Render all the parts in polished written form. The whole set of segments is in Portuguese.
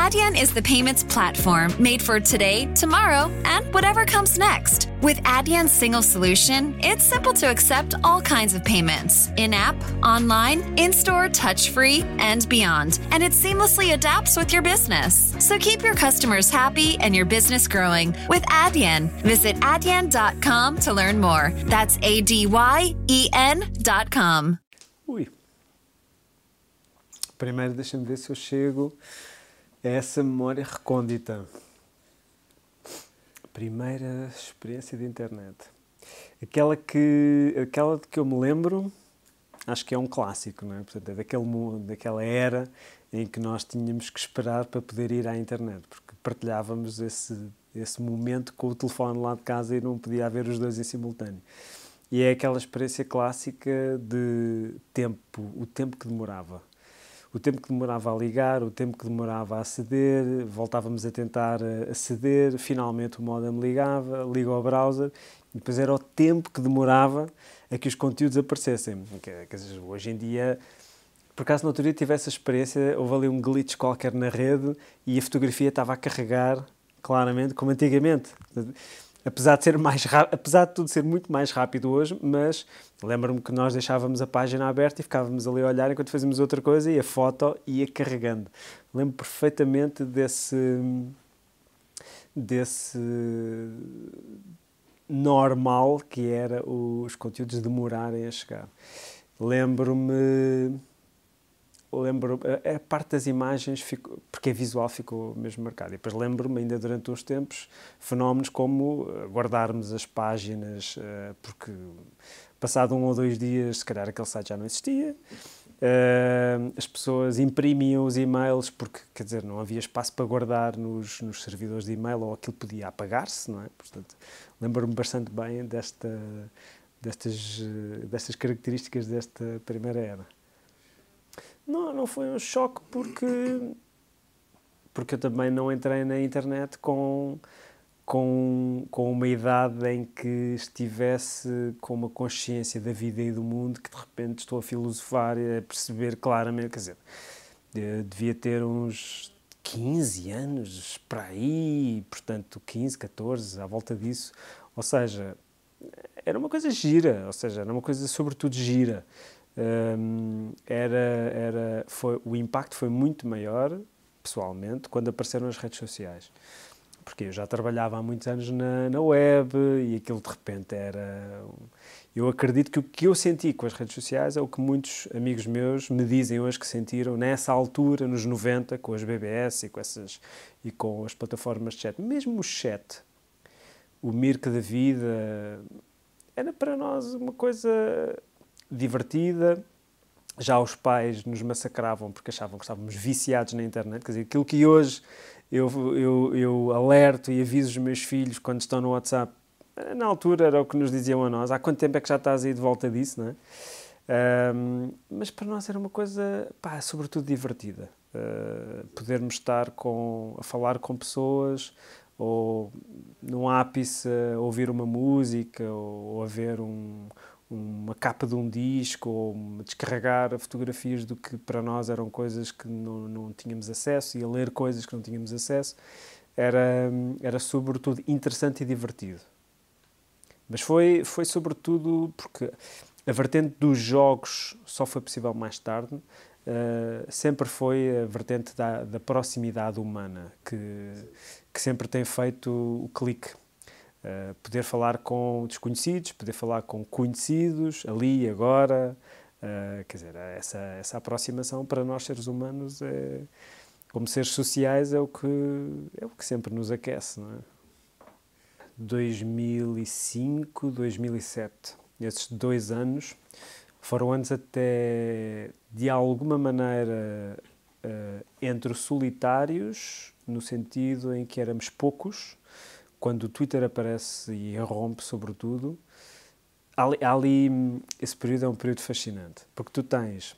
Adyen is the payments platform made for today, tomorrow, and whatever comes next. With Adyen's single solution, it's simple to accept all kinds of payments, in-app, online, in-store, touch-free, and beyond. And it seamlessly adapts with your business. So keep your customers happy and your business growing with Adyen. Visit adyen.com to learn more. That's ADYEN.com. Ui. Primeiro deixa-me ver se eu chego a essa memória recôndita. Primeira experiência de internet. Aquela de que eu me lembro, acho que é um clássico, não é? Portanto, é daquela era em que nós tínhamos que esperar para poder ir à internet, porque partilhávamos esse momento com o telefone lá de casa e não podia haver os dois em simultâneo. E é aquela experiência clássica de o tempo que demorava. O tempo que demorava a ligar, o tempo que demorava a aceder, voltávamos a tentar aceder, finalmente o modem liga ao browser, e depois era o tempo que demorava a que os conteúdos aparecessem. Quer dizer, hoje em dia, por acaso no outro dia tive essa experiência, houve ali um glitch qualquer na rede e a fotografia estava a carregar claramente, como antigamente. Apesar de tudo ser muito mais rápido hoje, mas lembro-me que nós deixávamos a página aberta e ficávamos ali a olhar enquanto fazíamos outra coisa e a foto ia carregando. Lembro perfeitamente desse normal que era os conteúdos demorarem a chegar. Lembro-me a parte das imagens, porque é visual, ficou mesmo marcado. E depois lembro-me, ainda durante uns tempos, fenómenos como guardarmos as páginas, porque passado 1 ou 2 dias, se calhar aquele site já não existia. As pessoas imprimiam os e-mails porque, quer dizer, não havia espaço para guardar nos servidores de e-mail ou aquilo podia apagar-se, não é? Portanto, lembro-me bastante bem destas características desta primeira era. Não foi um choque porque eu também não entrei na internet com uma idade em que estivesse com uma consciência da vida e do mundo que de repente estou a filosofar e a perceber claramente, quer dizer, devia ter uns 15 anos para aí, portanto 15, 14, à volta disso, ou seja, era uma coisa gira, ou seja, era uma coisa sobretudo gira. O impacto foi muito maior, pessoalmente, quando apareceram as redes sociais. Porque eu já trabalhava há muitos anos na web e aquilo de repente era... Eu acredito que o que eu senti com as redes sociais é o que muitos amigos meus me dizem hoje que sentiram nessa altura, nos 90, com as BBS e com as plataformas de chat. Mesmo o chat, o Mirk da vida, era para nós uma coisa divertida. Já os pais nos massacravam porque achavam que estávamos viciados na internet, quer dizer, aquilo que hoje eu alerto e aviso os meus filhos quando estão no WhatsApp, na altura era o que nos diziam a nós, há quanto tempo é que já estás aí de volta disso, não é? Mas para nós era uma coisa, sobretudo divertida, podermos estar a falar com pessoas, ou num ápice a ouvir uma música, ou a ver uma capa de um disco, ou descarregar fotografias do que para nós eram coisas que não tínhamos acesso, e a ler coisas que não tínhamos acesso, era sobretudo interessante e divertido. Mas foi sobretudo porque a vertente dos jogos só foi possível mais tarde, sempre foi a vertente da proximidade humana, que sempre tem feito o clique. Poder falar com desconhecidos, poder falar com conhecidos, ali e agora, quer dizer, essa aproximação para nós seres humanos, como seres sociais, é o que sempre nos aquece, não é? 2005, 2007, esses 2 anos, foram anos até, de alguma maneira, entre solitários, no sentido em que éramos poucos. Quando o Twitter aparece e irrompe, sobretudo, esse período é um período fascinante, porque tu tens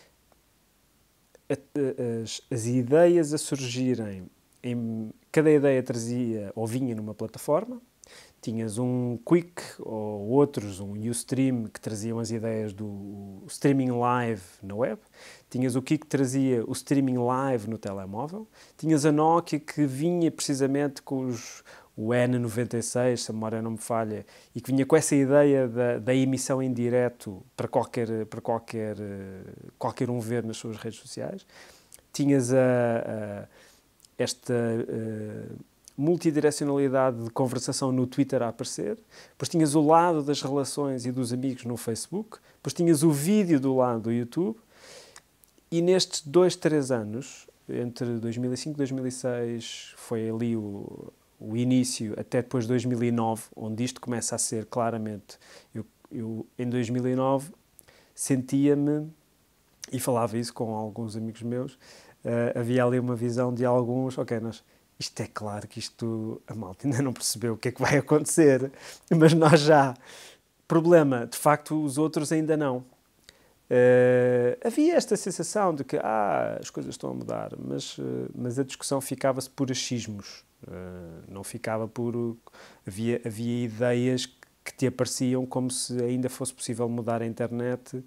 as ideias a surgirem, cada ideia trazia ou vinha numa plataforma, Tinhas um Quick ou outros, um Ustream, que traziam as ideias do streaming live na web. Tinhas o Kik que trazia o streaming live no telemóvel. Tinhas a Nokia que vinha precisamente com o N96, se a memória não me falha, e que vinha com essa ideia da emissão em direto para qualquer um ver nas suas redes sociais. Tinhas esta multidirecionalidade de conversação no Twitter a aparecer, depois tinhas o lado das relações e dos amigos no Facebook, depois tinhas o vídeo do lado do YouTube, e nestes 2-3 anos, entre 2005 e 2006, foi ali o início, até depois de 2009, onde isto começa a ser claramente... Eu em 2009, sentia-me, e falava isso com alguns amigos meus, havia ali uma visão de alguns, isto é claro que a malta ainda não percebeu o que é que vai acontecer, mas nós já. Problema, de facto, os outros ainda não. Havia esta sensação de que as coisas estão a mudar, mas a discussão ficava-se por achismos. Não ficava por... Havia ideias que te apareciam como se ainda fosse possível mudar a internet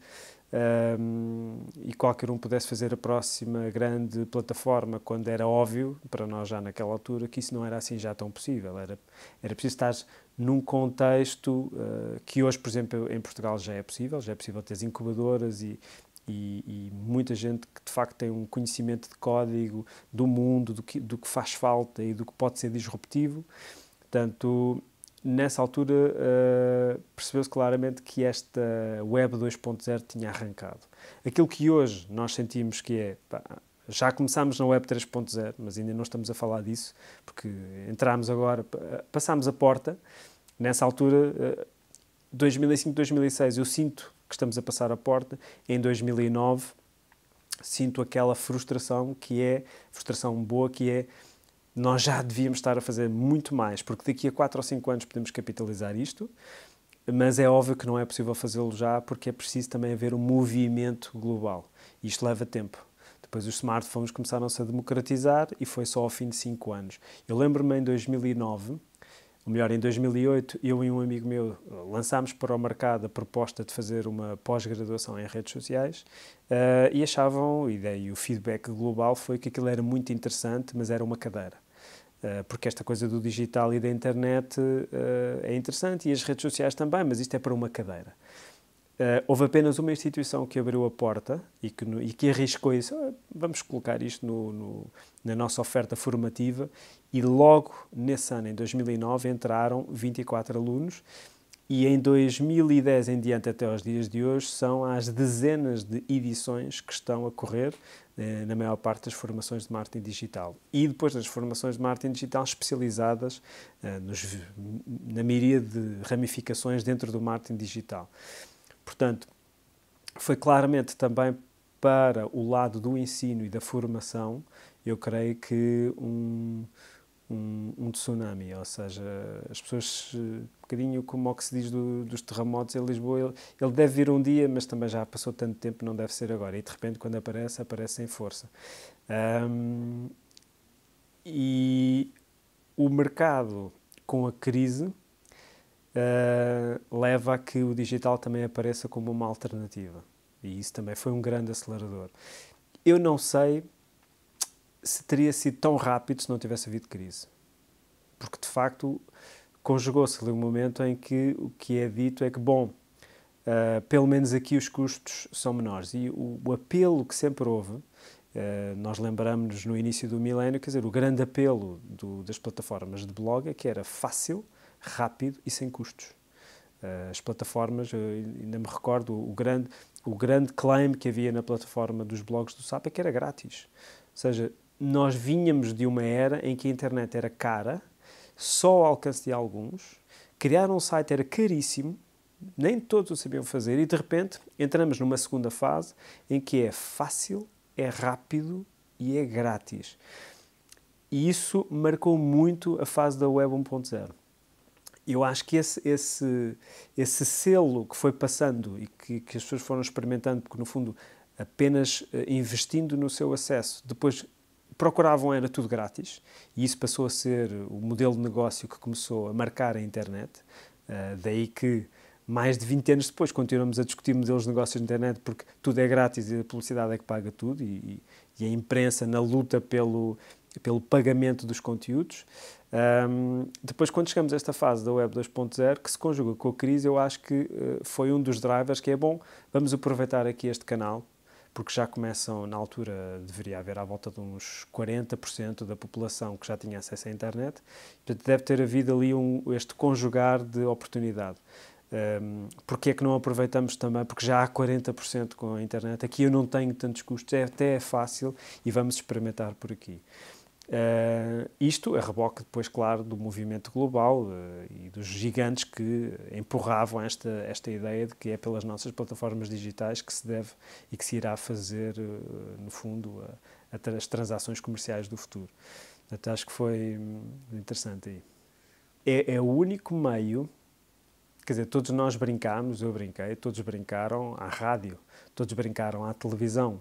e qualquer um pudesse fazer a próxima grande plataforma, quando era óbvio, para nós já naquela altura, que isso não era assim já tão possível. Era preciso estar num contexto que hoje, por exemplo, em Portugal já é possível ter incubadoras e muita gente que de facto tem um conhecimento de código do mundo, do que faz falta e do que pode ser disruptivo. Portanto, nessa altura percebeu-se claramente que esta Web 2.0 tinha arrancado. Aquilo que hoje nós sentimos que é... já começámos na Web 3.0, mas ainda não estamos a falar disso, porque entramos agora, passámos a porta. Nessa altura, 2005, 2006, eu sinto que estamos a passar a porta. Em 2009, sinto aquela frustração frustração boa, que é nós já devíamos estar a fazer muito mais, porque daqui a 4 ou 5 anos podemos capitalizar isto, mas é óbvio que não é possível fazê-lo já, porque é preciso também haver um movimento global. E isto leva tempo. Depois os smartphones começaram-se a democratizar e foi só ao fim de 5 anos. Eu lembro-me em 2009, ou melhor, em 2008, eu e um amigo meu lançámos para o mercado a proposta de fazer uma pós-graduação em redes sociais e achavam, e o feedback global foi que aquilo era muito interessante, mas era uma cadeira. Porque esta coisa do digital e da internet é interessante e as redes sociais também, mas isto é para uma cadeira. Houve apenas uma instituição que abriu a porta e que arriscou isso. Vamos colocar isto na nossa oferta formativa, e logo nesse ano, em 2009, entraram 24 alunos e em 2010 em diante até aos dias de hoje são as dezenas de edições que estão a correr na maior parte das formações de marketing digital. E depois das formações de marketing digital especializadas na miríade de ramificações dentro do marketing digital. Portanto, foi claramente também para o lado do ensino e da formação, eu creio que um tsunami, ou seja, as pessoas, um bocadinho como o que se diz dos terremotos em Lisboa, ele deve vir um dia, mas também já passou tanto tempo, não deve ser agora, e de repente quando aparece em força. E o mercado, com a crise, leva a que o digital também apareça como uma alternativa. E isso também foi um grande acelerador. Eu não sei se teria sido tão rápido se não tivesse havido crise. Porque, de facto, conjugou-se ali um momento em que o que é dito é que, pelo menos aqui os custos são menores. E o apelo que sempre houve, nós lembramos-nos no início do milénio, quer dizer, o grande apelo das plataformas de blog é que era fácil, rápido e sem custos. As plataformas, ainda me recordo, o grande claim que havia na plataforma dos blogs do SAP é que era grátis. Ou seja, nós vínhamos de uma era em que a internet era cara, só ao alcance de alguns, criar um site era caríssimo, nem todos o sabiam fazer, e de repente entramos numa segunda fase em que é fácil, é rápido e é grátis. E isso marcou muito a fase da Web 1.0. Eu acho que esse selo que foi passando e que as pessoas foram experimentando, porque no fundo apenas investindo no seu acesso, depois procuravam era tudo grátis, e isso passou a ser o modelo de negócio que começou a marcar a internet. Daí que, mais de 20 anos depois, continuamos a discutir modelos de negócios de internet, porque tudo é grátis e a publicidade é que paga tudo, e a imprensa na luta pelo pagamento dos conteúdos. Depois, quando chegamos a esta fase da Web 2.0, que se conjuga com a crise, eu acho que foi um dos drivers que é bom, vamos aproveitar aqui este canal, porque já começam, na altura, deveria haver à volta de uns 40% da população que já tinha acesso à internet, portanto deve ter havido ali este conjugar de oportunidade. Porque é que não aproveitamos também? Porque já há 40% com a internet, aqui eu não tenho tantos custos, até é fácil e vamos experimentar por aqui. Isto a reboque depois, claro, do movimento global e dos gigantes que empurravam esta ideia de que é pelas nossas plataformas digitais que se deve e que se irá fazer, no fundo, as transações comerciais do futuro. Portanto, acho que foi interessante aí. É o único meio, quer dizer, todos nós brincámos, eu brinquei, todos brincaram à rádio, todos brincaram à televisão,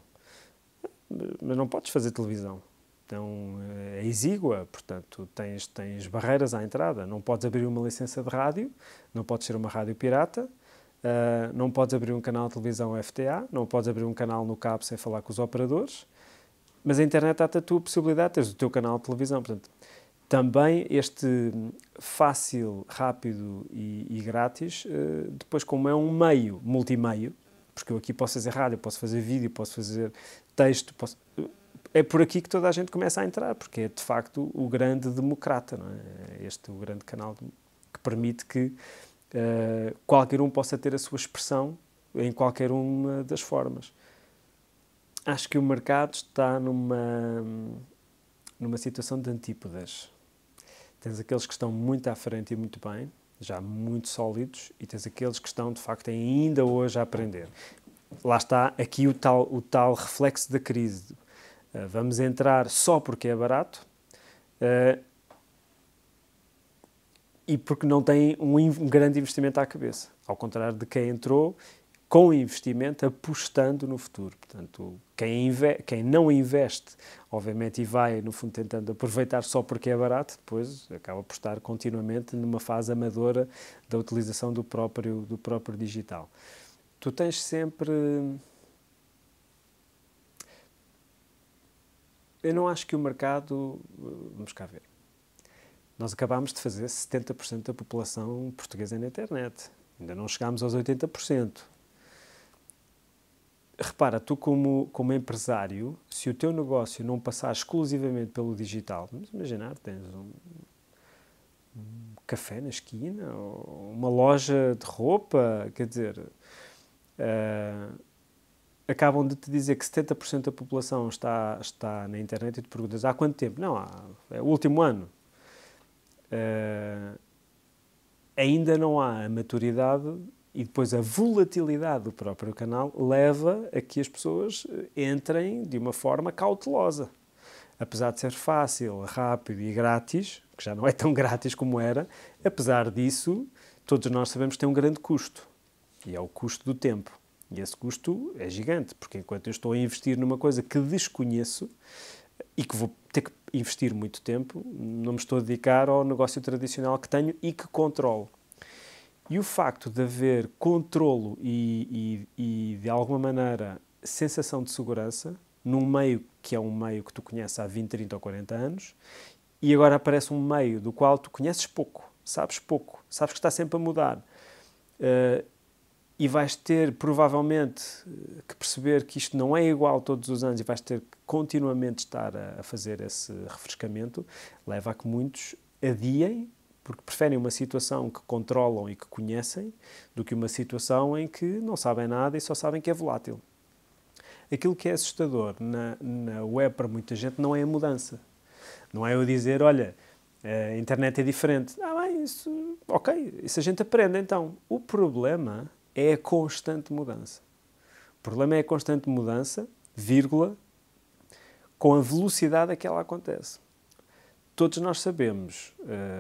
mas não podes fazer televisão. Então, é exígua, portanto, tens barreiras à entrada. Não podes abrir uma licença de rádio, não podes ser uma rádio pirata, não podes abrir um canal de televisão FTA, não podes abrir um canal no cabo sem falar com os operadores, mas a internet dá-te a tua possibilidade de teres o teu canal de televisão. Portanto, também este fácil, rápido e grátis, depois como é um meio, multimeio, porque eu aqui posso fazer rádio, posso fazer vídeo, posso fazer texto, é por aqui que toda a gente começa a entrar, porque é de facto o grande democrata, não é? O grande canal que permite que qualquer um possa ter a sua expressão em qualquer uma das formas. Acho que o mercado está numa situação de antípodas. Tens aqueles que estão muito à frente e muito bem, já muito sólidos, e tens aqueles que estão, de facto, ainda hoje a aprender. Lá está aqui o tal reflexo da crise. Vamos entrar só porque é barato e porque não tem um grande investimento à cabeça. Ao contrário de quem entrou com investimento, apostando no futuro. Portanto, quem não investe, obviamente, e vai, no fundo, tentando aproveitar só porque é barato, depois acaba por estar continuamente numa fase amadora da utilização do próprio digital. Tu tens sempre... Eu não acho que o mercado... Vamos cá ver. Nós acabámos de fazer 70% da população portuguesa na internet. Ainda não chegámos aos 80%. Repara, tu como empresário, se o teu negócio não passar exclusivamente pelo digital, vamos imaginar, tens um café na esquina, ou uma loja de roupa, quer dizer... acabam de te dizer que 70% da população está na internet e te perguntas há quanto tempo? Não, é o último ano. Ainda não há a maturidade e depois a volatilidade do próprio canal leva a que as pessoas entrem de uma forma cautelosa. Apesar de ser fácil, rápido e grátis, que já não é tão grátis como era, apesar disso, todos nós sabemos que tem um grande custo, e é o custo do tempo. E esse custo é gigante, porque enquanto eu estou a investir numa coisa que desconheço e que vou ter que investir muito tempo, não me estou a dedicar ao negócio tradicional que tenho e que controlo. E o facto de haver controlo e de alguma maneira, sensação de segurança num meio que é um meio que tu conheces há 20, 30 ou 40 anos e agora aparece um meio do qual tu conheces pouco, sabes que está sempre a mudar. E vais ter, provavelmente, que perceber que isto não é igual todos os anos e vais ter que continuamente estar a fazer esse refrescamento, leva a que muitos adiem, porque preferem uma situação que controlam e que conhecem, do que uma situação em que não sabem nada e só sabem que é volátil. Aquilo que é assustador na web para muita gente não é a mudança. Não é eu dizer, olha, a internet é diferente. Bem, isso, ok, isso a gente aprende então. O problema é a constante mudança. O problema é a constante mudança, vírgula, com a velocidade a que ela acontece. Todos nós sabemos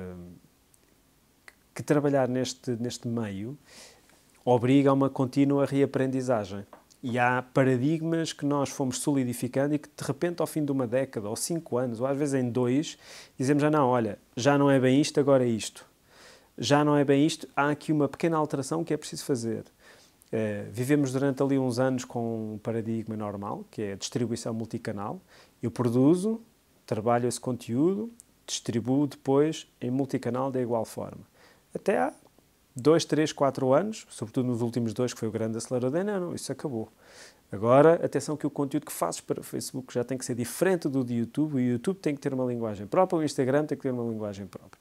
que trabalhar neste meio obriga a uma contínua reaprendizagem. E há paradigmas que nós fomos solidificando e que, de repente, ao fim de uma década, ou 5 anos, ou às vezes em 2, dizemos, não, olha, já não é bem isto, agora é isto. Já não é bem isto, há aqui uma pequena alteração que é preciso fazer. Vivemos durante ali uns anos com um paradigma normal, que é a distribuição multicanal. Eu produzo, trabalho esse conteúdo, distribuo depois em multicanal da igual forma. Até há 2, 3, 4 anos, sobretudo nos últimos 2, que foi o grande acelerador, não, isso acabou. Agora, atenção que o conteúdo que fazes para o Facebook já tem que ser diferente do de YouTube, o YouTube tem que ter uma linguagem própria, o Instagram tem que ter uma linguagem própria.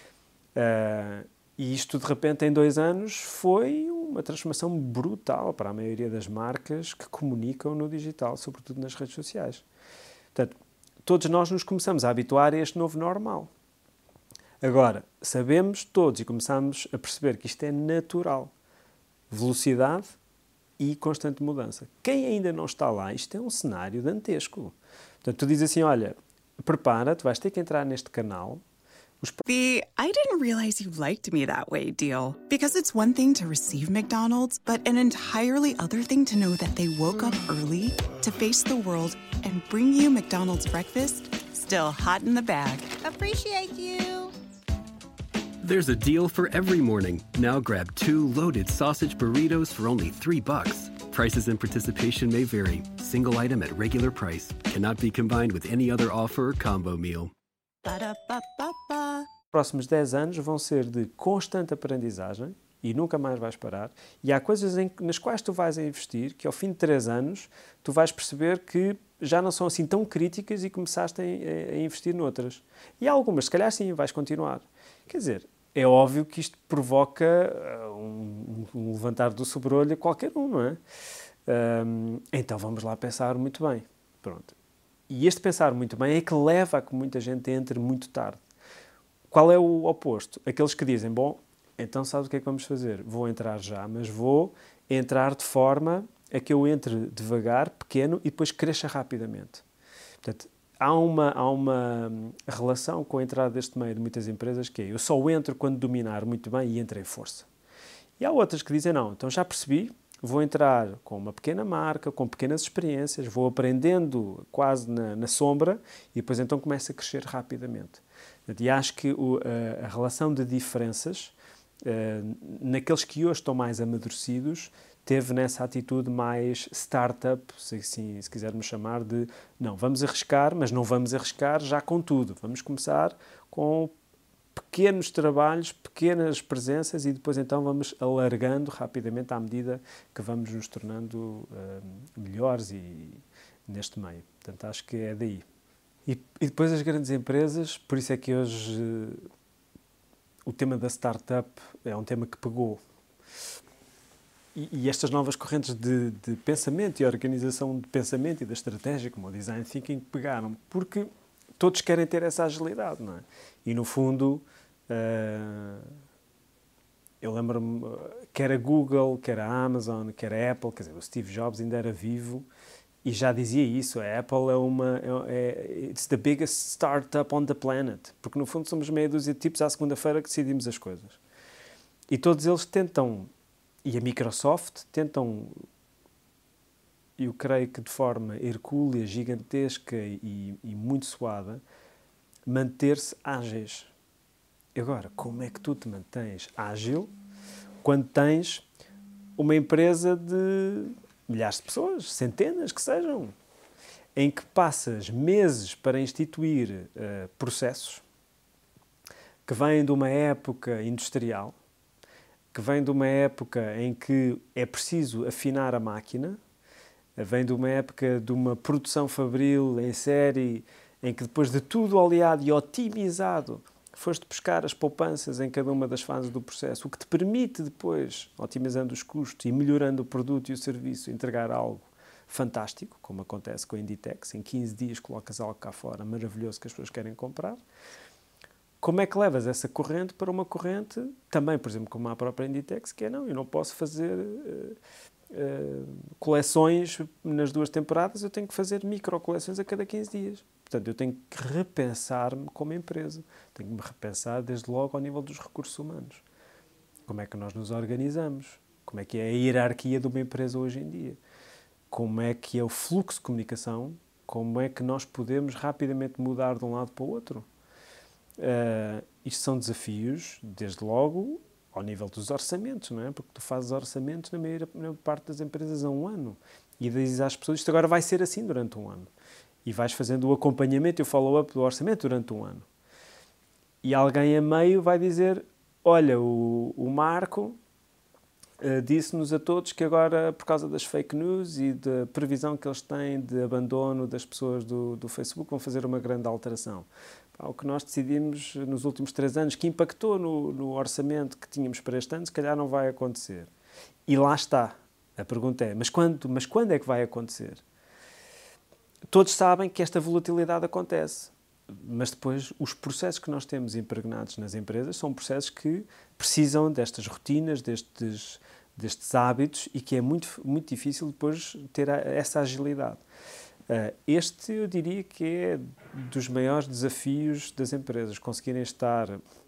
E isto, de repente, em 2 anos, foi uma transformação brutal para a maioria das marcas que comunicam no digital, sobretudo nas redes sociais. Portanto, todos nós nos começamos a habituar a este novo normal. Agora, sabemos todos e começamos a perceber que isto é natural. Velocidade e constante mudança. Quem ainda não está lá, isto é um cenário dantesco. Portanto, tu dizes assim, olha, prepara-te, vais ter que entrar neste canal. The I didn't realize you liked me that way deal. Because it's one thing to receive McDonald's, but an entirely other thing to know that they woke up early to face the world and bring you McDonald's breakfast still hot in the bag. Appreciate you. There's a deal for every morning. Now grab 2 loaded sausage burritos for only $3. Prices and participation may vary. Single item at regular price. Cannot be combined with any other offer or combo meal. Ba-da-ba-ba-ba. Os próximos 10 anos vão ser de constante aprendizagem e nunca mais vais parar. E há coisas nas quais tu vais a investir que ao fim de 3 anos tu vais perceber que já não são assim tão críticas e começaste a investir noutras. E há algumas, se calhar sim, vais continuar. Quer dizer, é óbvio que isto provoca um levantar do sobrolho a qualquer um, não é? Então vamos lá pensar muito bem. Pronto. E este pensar muito bem é que leva a que muita gente entre muito tarde. Qual é o oposto? Aqueles que dizem, bom, então sabes o que é que vamos fazer? Vou entrar já, mas vou entrar de forma a que eu entre devagar, pequeno, e depois cresça rapidamente. Portanto, há uma relação com a entrada deste meio de muitas empresas que é, eu só entro quando dominar muito bem e entro em força. E há outras que dizem, não, então já percebi, vou entrar com uma pequena marca, com pequenas experiências, vou aprendendo quase na sombra e depois então começo a crescer rapidamente. E acho que a relação de diferenças, naqueles que hoje estão mais amadurecidos, teve nessa atitude mais startup, se quisermos chamar, de não, vamos arriscar, mas não vamos arriscar já com tudo. Vamos começar com pequenos trabalhos, pequenas presenças e depois então vamos alargando rapidamente à medida que vamos nos tornando melhores e neste meio. Portanto, acho que é daí. E depois as grandes empresas, por isso é que hoje o tema da startup é um tema que pegou. E estas novas correntes de pensamento e organização de pensamento e da estratégia, como o design thinking, pegaram, porque todos querem ter essa agilidade, não é? E no fundo, eu lembro-me, quer a Google, quer a Amazon, quer a Apple, quer dizer, o Steve Jobs ainda era vivo e já dizia isso, a Apple it's the biggest startup on the planet, porque no fundo somos meia dúzia de tipos à segunda-feira que decidimos as coisas. E todos eles tentam, e a Microsoft tentam, eu creio que de forma hercúlea, gigantesca e muito suada, manter-se ágeis. Agora, como é que tu te mantens ágil quando tens uma empresa de milhares de pessoas, centenas que sejam, em que passas meses para instituir processos que vêm de uma época industrial, que vem de uma época em que é preciso afinar a máquina, vem de uma época de uma produção fabril em série, em que depois de tudo oleado e otimizado, foste buscar as poupanças em cada uma das fases do processo, o que te permite depois, otimizando os custos e melhorando o produto e o serviço, entregar algo fantástico, como acontece com a Inditex, em 15 dias colocas algo cá fora maravilhoso que as pessoas querem comprar. Como é que levas essa corrente para uma corrente, também, por exemplo, como a própria Inditex, que é não, eu não posso fazer coleções nas 2 temporadas, eu tenho que fazer micro-coleções a cada 15 dias. Portanto, eu tenho que repensar-me como empresa, tenho que me repensar desde logo ao nível dos recursos humanos. Como é que nós nos organizamos? Como é que é a hierarquia de uma empresa hoje em dia? como é que é o fluxo de comunicação, como é que nós podemos rapidamente mudar de um lado para o outro. Isto são desafios, desde logo, ao nível dos orçamentos, não é? Porque tu fazes orçamentos na maior parte das empresas a um ano e dizes às pessoas, isto agora vai ser assim durante um ano. E vais fazendo o acompanhamento e o follow-up do orçamento durante um ano. E alguém a meio vai dizer, olha, o Marco disse-nos a todos que agora, por causa das fake news e da previsão que eles têm de abandono das pessoas do Facebook, vão fazer uma grande alteração. O que nós decidimos nos últimos 3 anos, que impactou no orçamento que tínhamos para este ano, se calhar não vai acontecer. E lá está. A pergunta é, mas quando é que vai acontecer? Todos sabem que esta volatilidade acontece, mas depois os processos que nós temos impregnados nas empresas são processos que precisam destas rotinas, destes hábitos e que é muito, muito difícil depois ter essa agilidade. Este eu diria que é dos maiores desafios das empresas, conseguirem estar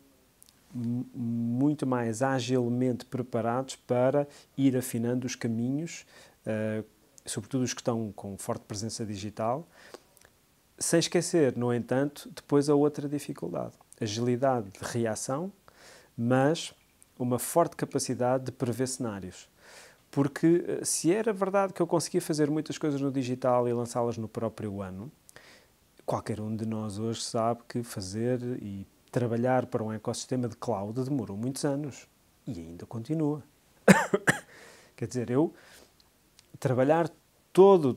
muito mais agilmente preparados para ir afinando os caminhos, sobretudo os que estão com forte presença digital, sem esquecer, no entanto, depois a outra dificuldade, agilidade de reação, mas uma forte capacidade de prever cenários. Porque se era verdade que eu conseguia fazer muitas coisas no digital e lançá-las no próprio ano, qualquer um de nós hoje sabe que fazer e trabalhar para um ecossistema de cloud demorou muitos anos e ainda continua. Quer dizer, eu trabalhar todo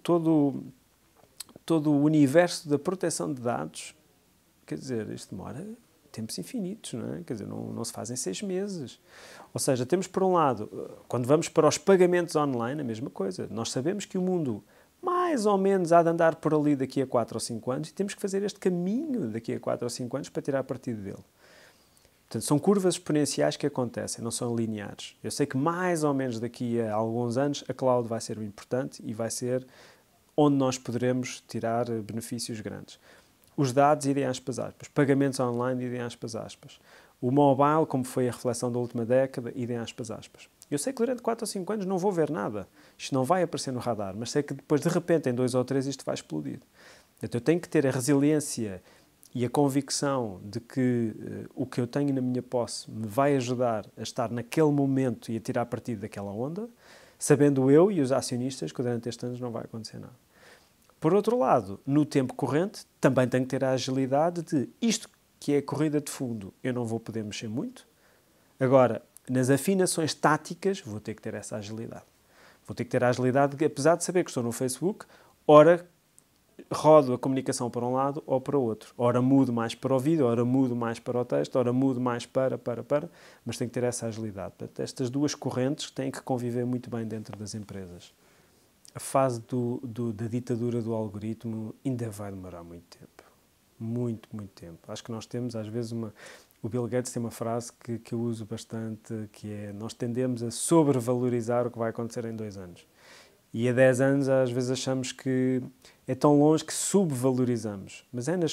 o universo da proteção de dados, quer dizer, isto demora tempos infinitos, não é? Quer dizer, não se fazem 6 meses. Ou seja, temos por um lado, quando vamos para os pagamentos online, a mesma coisa. Nós sabemos que o mundo mais ou menos há de andar por ali daqui a 4 ou 5 anos e temos que fazer este caminho daqui a 4 ou 5 anos para tirar partido dele. Portanto, são curvas exponenciais que acontecem, não são lineares. Eu sei que mais ou menos daqui a alguns anos a cloud vai ser importante e vai ser onde nós poderemos tirar benefícios grandes. Os dados, idem aspas, pagamentos online, idem aspas. O mobile, como foi a reflexão da última década, idem aspas. Eu sei que durante 4 ou 5 anos não vou ver nada. Isto não vai aparecer no radar, mas sei que depois, de repente, em 2 ou 3, isto vai explodir. Portanto, eu tenho que ter a resiliência e a convicção de que o que eu tenho na minha posse me vai ajudar a estar naquele momento e a tirar partido daquela onda, sabendo eu e os acionistas que durante estes anos não vai acontecer nada. Por outro lado, no tempo corrente, também tenho que ter a agilidade de isto que é a corrida de fundo, eu não vou poder mexer muito. Agora, nas afinações táticas, vou ter que ter essa agilidade. Vou ter que ter a agilidade de, apesar de saber que estou no Facebook, ora rodo a comunicação para um lado ou para o outro. Ora mudo mais para o vídeo, ora mudo mais para o texto, ora mudo mais para, mas tenho que ter essa agilidade. Portanto, estas duas correntes têm que conviver muito bem dentro das empresas. A fase da ditadura do algoritmo ainda vai demorar muito tempo. Muito, muito tempo. Acho que nós temos, às vezes, o Bill Gates tem uma frase que eu uso bastante, que é, nós tendemos a sobrevalorizar o que vai acontecer em 2 anos. E a 10 anos, às vezes, achamos que é tão longe que subvalorizamos. Mas é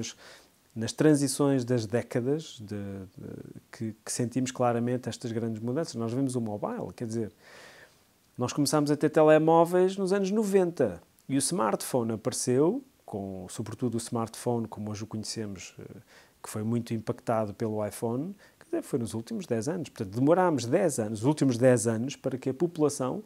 nas transições das décadas que sentimos claramente estas grandes mudanças. Nós vemos o mobile, quer dizer, nós começámos a ter telemóveis nos anos 90 e o smartphone apareceu, sobretudo o smartphone como hoje o conhecemos, que foi muito impactado pelo iPhone, quer dizer, foi nos últimos 10 anos. Portanto, demorámos 10 anos, os últimos 10 anos, para que a população,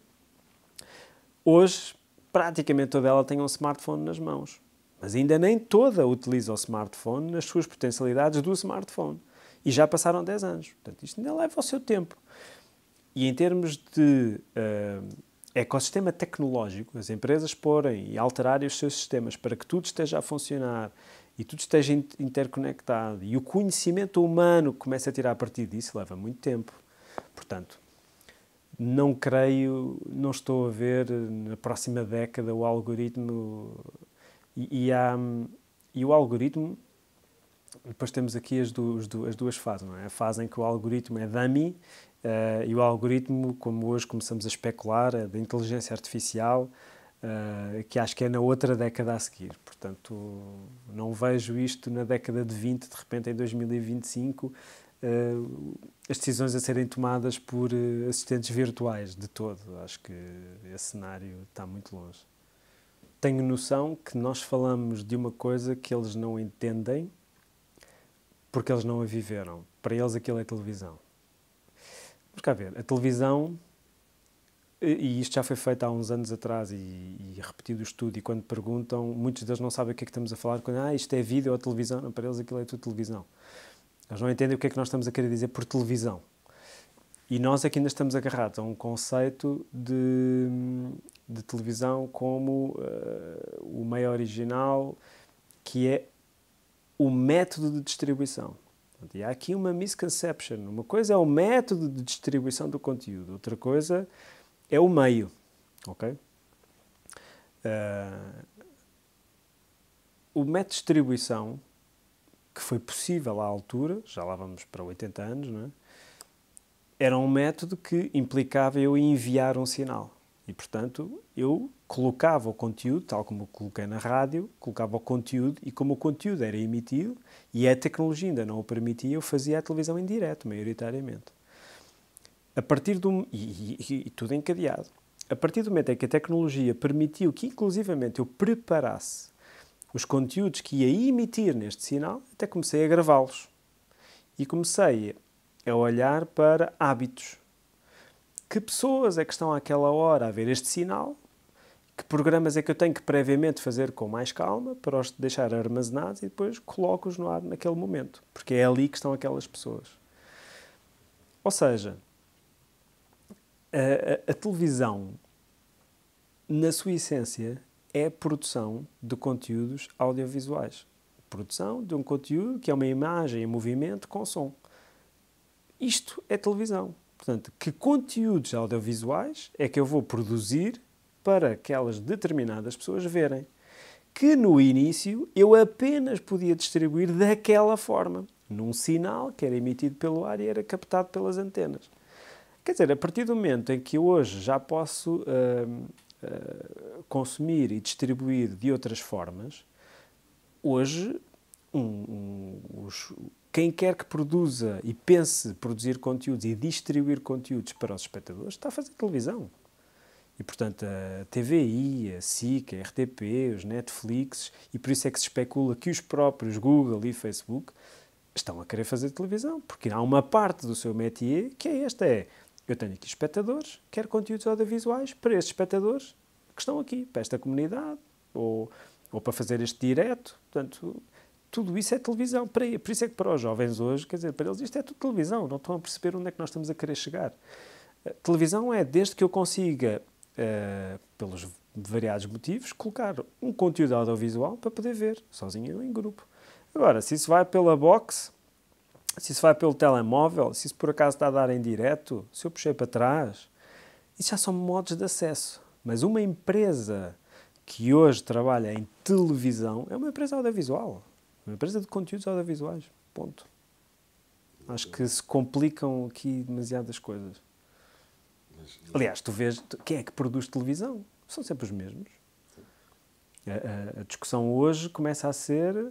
hoje, praticamente toda ela tenha um smartphone nas mãos. Mas ainda nem toda utiliza o smartphone nas suas potencialidades do smartphone. E já passaram 10 anos. Portanto, isto ainda leva o seu tempo. E em termos de ecossistema tecnológico, as empresas porem e alterarem os seus sistemas para que tudo esteja a funcionar e tudo esteja interconectado e o conhecimento humano comece a tirar partido disso, leva muito tempo. Portanto, não estou a ver na próxima década o algoritmo e o algoritmo, depois temos aqui as duas fases, não é? A fase em que o algoritmo é dummy e o algoritmo, como hoje começamos a especular, é da inteligência artificial, que acho que é na outra década a seguir. Portanto, não vejo isto na década de 20, de repente em 2025, as decisões a serem tomadas por assistentes virtuais de todo. Acho que esse cenário está muito longe. Tenho noção que nós falamos de uma coisa que eles não entendem porque eles não a viveram. Para eles aquilo é televisão. Vamos cá ver. A televisão, e isto já foi feito há uns anos atrás e repetido o estudo, e quando perguntam, muitos deles não sabem o que é que estamos a falar, quando isto é vídeo ou televisão, não, para eles aquilo é tudo televisão. Eles não entendem o que é que nós estamos a querer dizer por televisão. E nós aqui ainda estamos agarrados a um conceito de televisão como o meio original, que é o método de distribuição. E há aqui uma misconception. Uma coisa é o método de distribuição do conteúdo, outra coisa é o meio. Ok? O método de distribuição que foi possível à altura, já lá vamos para 80 anos, não é? Era um método que implicava eu enviar um sinal. E, portanto, eu colocava o conteúdo, tal como coloquei na rádio, colocava o conteúdo, e como o conteúdo era emitido, e a tecnologia ainda não o permitia, eu fazia a televisão em direto, maioritariamente. A partir do... E tudo encadeado. A partir do momento em que a tecnologia permitiu que, inclusivamente, eu preparasse os conteúdos que ia emitir neste sinal, até comecei a gravá-los. E comecei a olhar para hábitos. Que pessoas é que estão àquela hora a ver este sinal? Que programas é que eu tenho que previamente fazer com mais calma para os deixar armazenados e depois coloco-os no ar naquele momento? Porque é ali que estão aquelas pessoas. Ou seja, a televisão, na sua essência, é a produção de conteúdos audiovisuais. Produção de um conteúdo que é uma imagem em movimento com som. Isto é televisão. Portanto, que conteúdos audiovisuais é que eu vou produzir para aquelas determinadas pessoas verem? Que no início eu apenas podia distribuir daquela forma, num sinal que era emitido pelo ar e era captado pelas antenas. Quer dizer, a partir do momento em que eu hoje já posso consumir e distribuir de outras formas, hoje quem quer que produza e pense produzir conteúdos e distribuir conteúdos para os espectadores está a fazer televisão. E, portanto, a TVI, a SIC, a RTP, os Netflix, e por isso é que se especula que os próprios Google e Facebook estão a querer fazer televisão, porque há uma parte do seu métier que é esta, eu tenho aqui espectadores, quero conteúdos audiovisuais para estes espectadores que estão aqui, para esta comunidade, ou para fazer este direto. Portanto, tudo isso é televisão. Por isso é que para os jovens hoje, quer dizer, para eles isto é tudo televisão, não estão a perceber onde é que nós estamos a querer chegar. Televisão é desde que eu consiga, pelos variados motivos, colocar um conteúdo audiovisual para poder ver, sozinho ou em grupo. Agora, se isso vai pela box, se isso vai pelo telemóvel, se isso por acaso está a dar em direto, se eu puxei para trás, isso já são modos de acesso. Mas uma empresa que hoje trabalha em televisão é uma empresa audiovisual. Uma empresa de conteúdos audiovisuais. Ponto. Acho que se complicam aqui demasiadas coisas. Aliás, tu vês... Quem é que produz televisão? São sempre os mesmos. A discussão hoje começa a ser...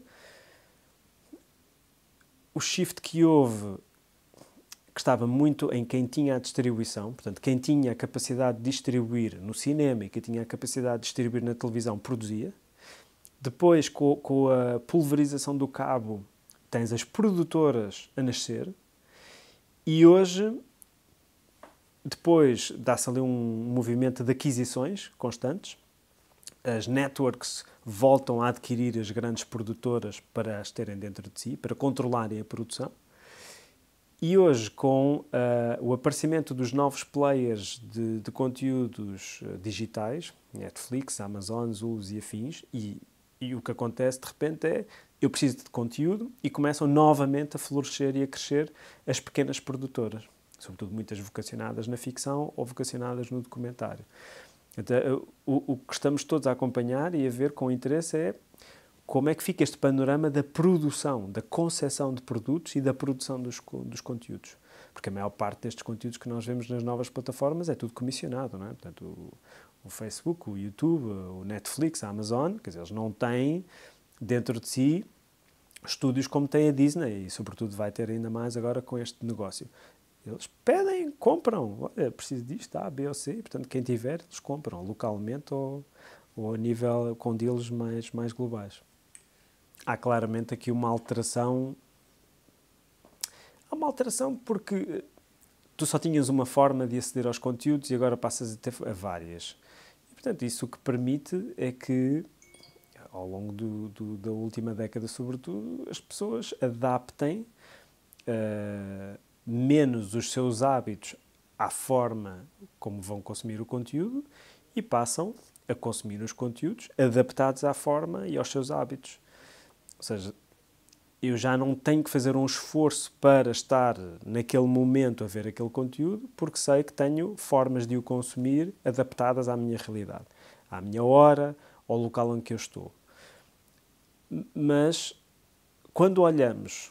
O shift que houve, que estava muito em quem tinha a distribuição, portanto, quem tinha a capacidade de distribuir no cinema e quem tinha a capacidade de distribuir na televisão, produzia. Depois, com a pulverização do cabo, tens as produtoras a nascer. E hoje, depois, dá-se ali um movimento de aquisições constantes. As networks voltam a adquirir as grandes produtoras para as terem dentro de si, para controlarem a produção. E hoje, com o aparecimento dos novos players de conteúdos digitais, Netflix, Amazon, Zulus e afins, e o que acontece de repente é, eu preciso de conteúdo, e começam novamente a florescer e a crescer as pequenas produtoras, sobretudo muitas vocacionadas na ficção ou vocacionadas no documentário. Então, o que estamos todos a acompanhar e a ver com interesse é como é que fica este panorama da produção, da concepção de produtos e da produção dos conteúdos. Porque a maior parte destes conteúdos que nós vemos nas novas plataformas é tudo comissionado, não é? Portanto, o Facebook, o YouTube, o Netflix, a Amazon, quer dizer, eles não têm dentro de si estúdios como tem a Disney, e sobretudo vai ter ainda mais agora com este negócio. Eles pedem, compram, olha, preciso disto, A, B ou C, e, portanto, quem tiver, eles compram, localmente ou a nível, com deals mais globais. Há claramente aqui uma alteração. Há uma alteração porque tu só tinhas uma forma de aceder aos conteúdos e agora passas a ter várias. E, portanto, isso o que permite é que, ao longo da última década, sobretudo, as pessoas adaptem menos os seus hábitos à forma como vão consumir o conteúdo e passam a consumir os conteúdos adaptados à forma e aos seus hábitos. Ou seja, eu já não tenho que fazer um esforço para estar naquele momento a ver aquele conteúdo, porque sei que tenho formas de o consumir adaptadas à minha realidade, à minha hora, ao local em que eu estou. Mas, quando olhamos,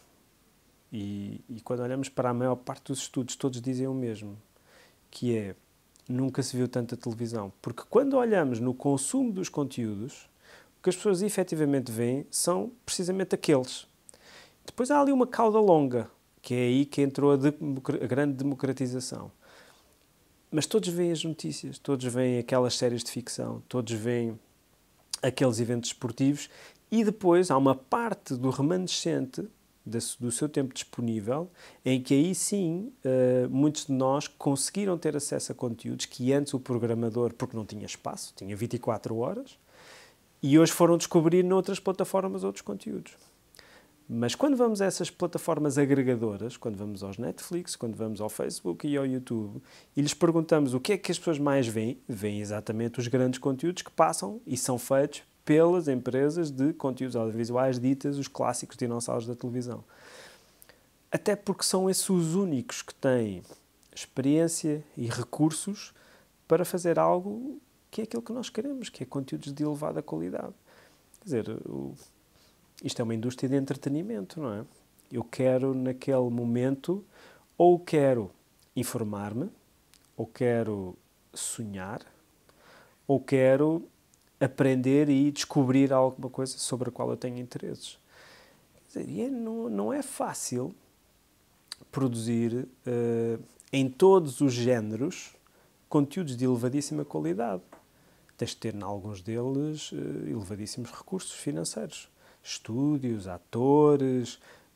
e quando olhamos para a maior parte dos estudos, todos dizem o mesmo, que é, nunca se viu tanta televisão. Porque quando olhamos no consumo dos conteúdos, o que as pessoas efetivamente veem são precisamente aqueles. Depois há ali uma cauda longa, que é aí que entrou a grande democratização. Mas todos veem as notícias, todos veem aquelas séries de ficção, todos veem aqueles eventos esportivos e depois há uma parte do remanescente do seu tempo disponível em que aí sim muitos de nós conseguiram ter acesso a conteúdos que antes o programador, porque não tinha espaço, tinha 24 horas, e hoje foram descobrir noutras plataformas outros conteúdos. Mas quando vamos a essas plataformas agregadoras, quando vamos aos Netflix, quando vamos ao Facebook e ao YouTube, e lhes perguntamos o que é que as pessoas mais veem, veem exatamente os grandes conteúdos que passam e são feitos pelas empresas de conteúdos audiovisuais ditas os clássicos dinossauros da televisão. Até porque são esses os únicos que têm experiência e recursos para fazer algo que é aquilo que nós queremos, que é conteúdos de elevada qualidade. Quer dizer, isto é uma indústria de entretenimento, não é? Eu quero, naquele momento, ou quero informar-me, ou quero sonhar, ou quero aprender e descobrir alguma coisa sobre a qual eu tenho interesses. Quer dizer, não é fácil produzir, em todos os géneros, conteúdos de elevadíssima qualidade. Tens de ter, em alguns deles, elevadíssimos recursos financeiros. Estúdios, atores,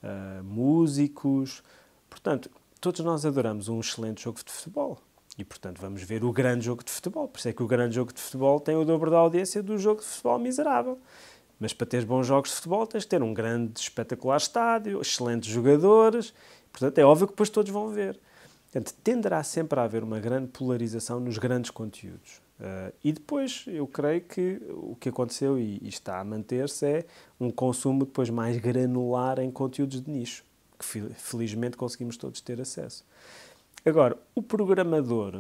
músicos. Portanto, todos nós adoramos um excelente jogo de futebol. E, portanto, vamos ver o grande jogo de futebol. Por isso é que o grande jogo de futebol tem o dobro da audiência do jogo de futebol miserável. Mas para teres bons jogos de futebol tens de ter um grande, espetacular estádio, excelentes jogadores. Portanto, é óbvio que depois todos vão ver. Portanto, tenderá sempre a haver uma grande polarização nos grandes conteúdos. E depois, eu creio que o que aconteceu e está a manter-se é um consumo depois mais granular em conteúdos de nicho, que felizmente conseguimos todos ter acesso. Agora, o programador,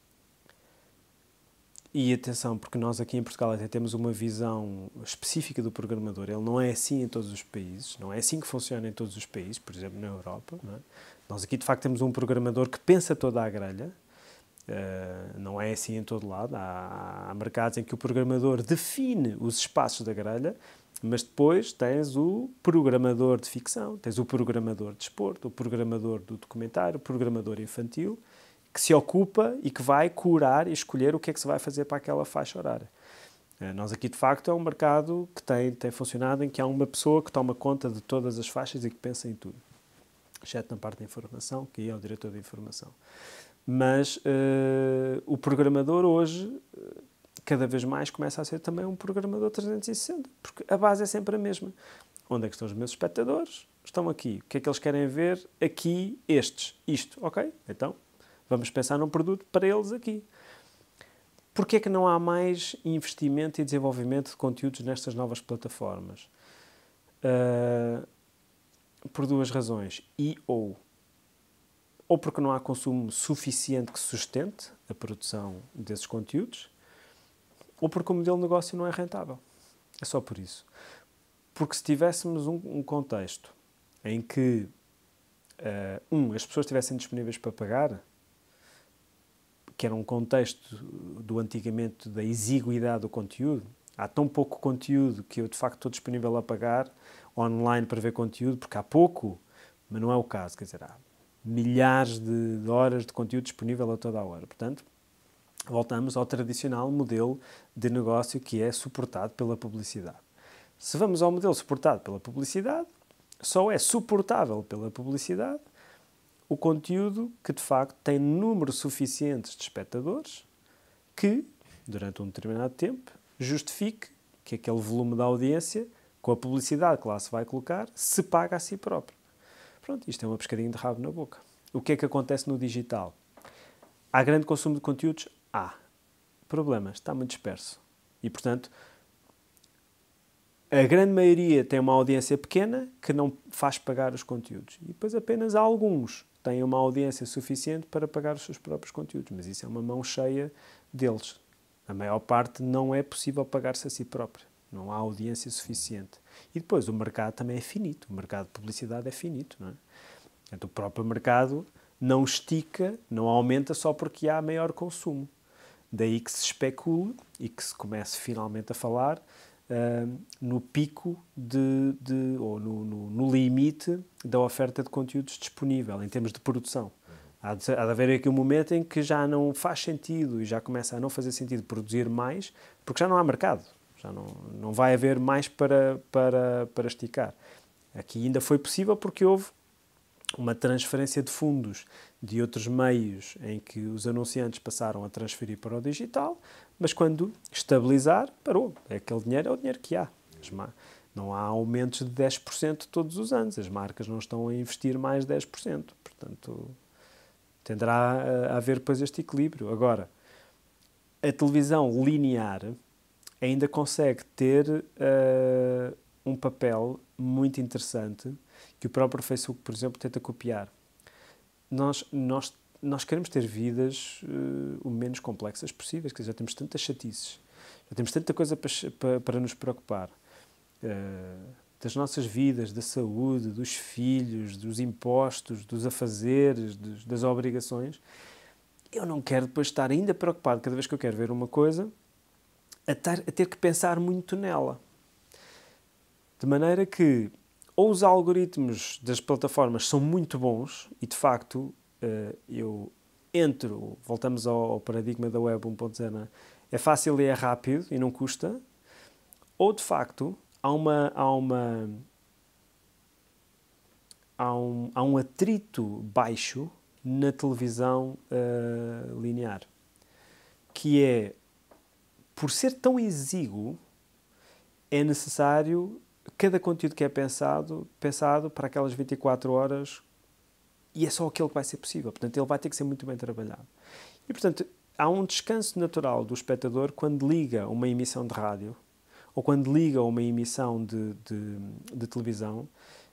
e atenção, porque nós aqui em Portugal até temos uma visão específica do programador, ele não é assim em todos os países, não é assim que funciona em todos os países, por exemplo, na Europa, não é? Nós aqui, de facto, temos um programador que pensa toda a grelha, não é assim em todo lado, há mercados em que o programador define os espaços da grelha, mas depois tens o programador de ficção, tens o programador de desporto, o programador do documentário, o programador infantil, que se ocupa e que vai curar e escolher o que é que se vai fazer para aquela faixa horária. Nós aqui, de facto, é um mercado que tem funcionado em que há uma pessoa que toma conta de todas as faixas e que pensa em tudo. Exceto na parte da informação, que é o diretor da informação. Mas o programador hoje, cada vez mais, começa a ser também um programador 360, porque a base é sempre a mesma. Onde é que estão os meus espectadores? Estão aqui. O que é que eles querem ver? Aqui, isto, ok? Então, vamos pensar num produto para eles aqui. Porquê é que não há mais investimento e desenvolvimento de conteúdos nestas novas plataformas? Por duas razões. Ou porque não há consumo suficiente que sustente a produção desses conteúdos, ou porque o modelo de negócio não é rentável. É só por isso. Porque se tivéssemos um contexto em que as pessoas estivessem disponíveis para pagar, que era um contexto do antigamente da exiguidade do conteúdo, há tão pouco conteúdo que eu de facto estou disponível a pagar online para ver conteúdo, porque há pouco, mas não é o caso, quer dizer, há milhares de horas de conteúdo disponível a toda a hora. Portanto, voltamos ao tradicional modelo de negócio que é suportado pela publicidade. Se vamos ao modelo suportado pela publicidade, só é suportável pela publicidade o conteúdo que, de facto, tem números suficientes de espectadores que, durante um determinado tempo, justifique que aquele volume de audiência, com a publicidade que lá se vai colocar, se paga a si próprio. Pronto, isto é uma pescadinha de rabo na boca. O que é que acontece no digital? Há grande consumo de conteúdos? Há. Problema, está muito disperso. E, portanto, a grande maioria tem uma audiência pequena que não faz pagar os conteúdos. E depois apenas alguns têm uma audiência suficiente para pagar os seus próprios conteúdos. Mas isso é uma mão cheia deles. A maior parte não é possível pagar-se a si próprio. Não há audiência suficiente. E depois o mercado também é finito. O mercado de publicidade é finito, não é? Portanto, o próprio mercado não estica, não aumenta só porque há maior consumo. Daí que se especule e que se comece finalmente a falar no pico ou no limite da oferta de conteúdos disponível, em termos de produção. Há de haver aqui um momento em que já não faz sentido e já começa a não fazer sentido produzir mais, porque já não há mercado, já não vai haver mais para esticar. Aqui ainda foi possível porque houve uma transferência de fundos de outros meios em que os anunciantes passaram a transferir para o digital, mas quando estabilizar, parou. Aquele dinheiro é o dinheiro que há. Não há aumentos de 10% todos os anos. As marcas não estão a investir mais 10%. Portanto, tenderá a haver depois este equilíbrio. Agora, a televisão linear ainda consegue ter um papel muito interessante que o próprio Facebook, por exemplo, tenta copiar. Nós queremos ter vidas o menos complexas possíveis, que já temos tantas chatices, já temos tanta coisa para nos preocupar. Das nossas vidas, da saúde, dos filhos, dos impostos, dos afazeres, das obrigações. Eu não quero depois estar ainda preocupado, cada vez que eu quero ver uma coisa, a ter que pensar muito nela. De maneira que ou os algoritmos das plataformas são muito bons e, de facto, voltamos ao paradigma da Web 1.0, é fácil e é rápido e não custa, ou, de facto, há um atrito baixo na televisão linear, que é, por ser tão exíguo, é necessário cada conteúdo que é pensado para aquelas 24 horas, e é só aquele que vai ser possível. Portanto, ele vai ter que ser muito bem trabalhado. E, portanto, há um descanso natural do espectador quando liga uma emissão de rádio ou quando liga uma emissão de televisão,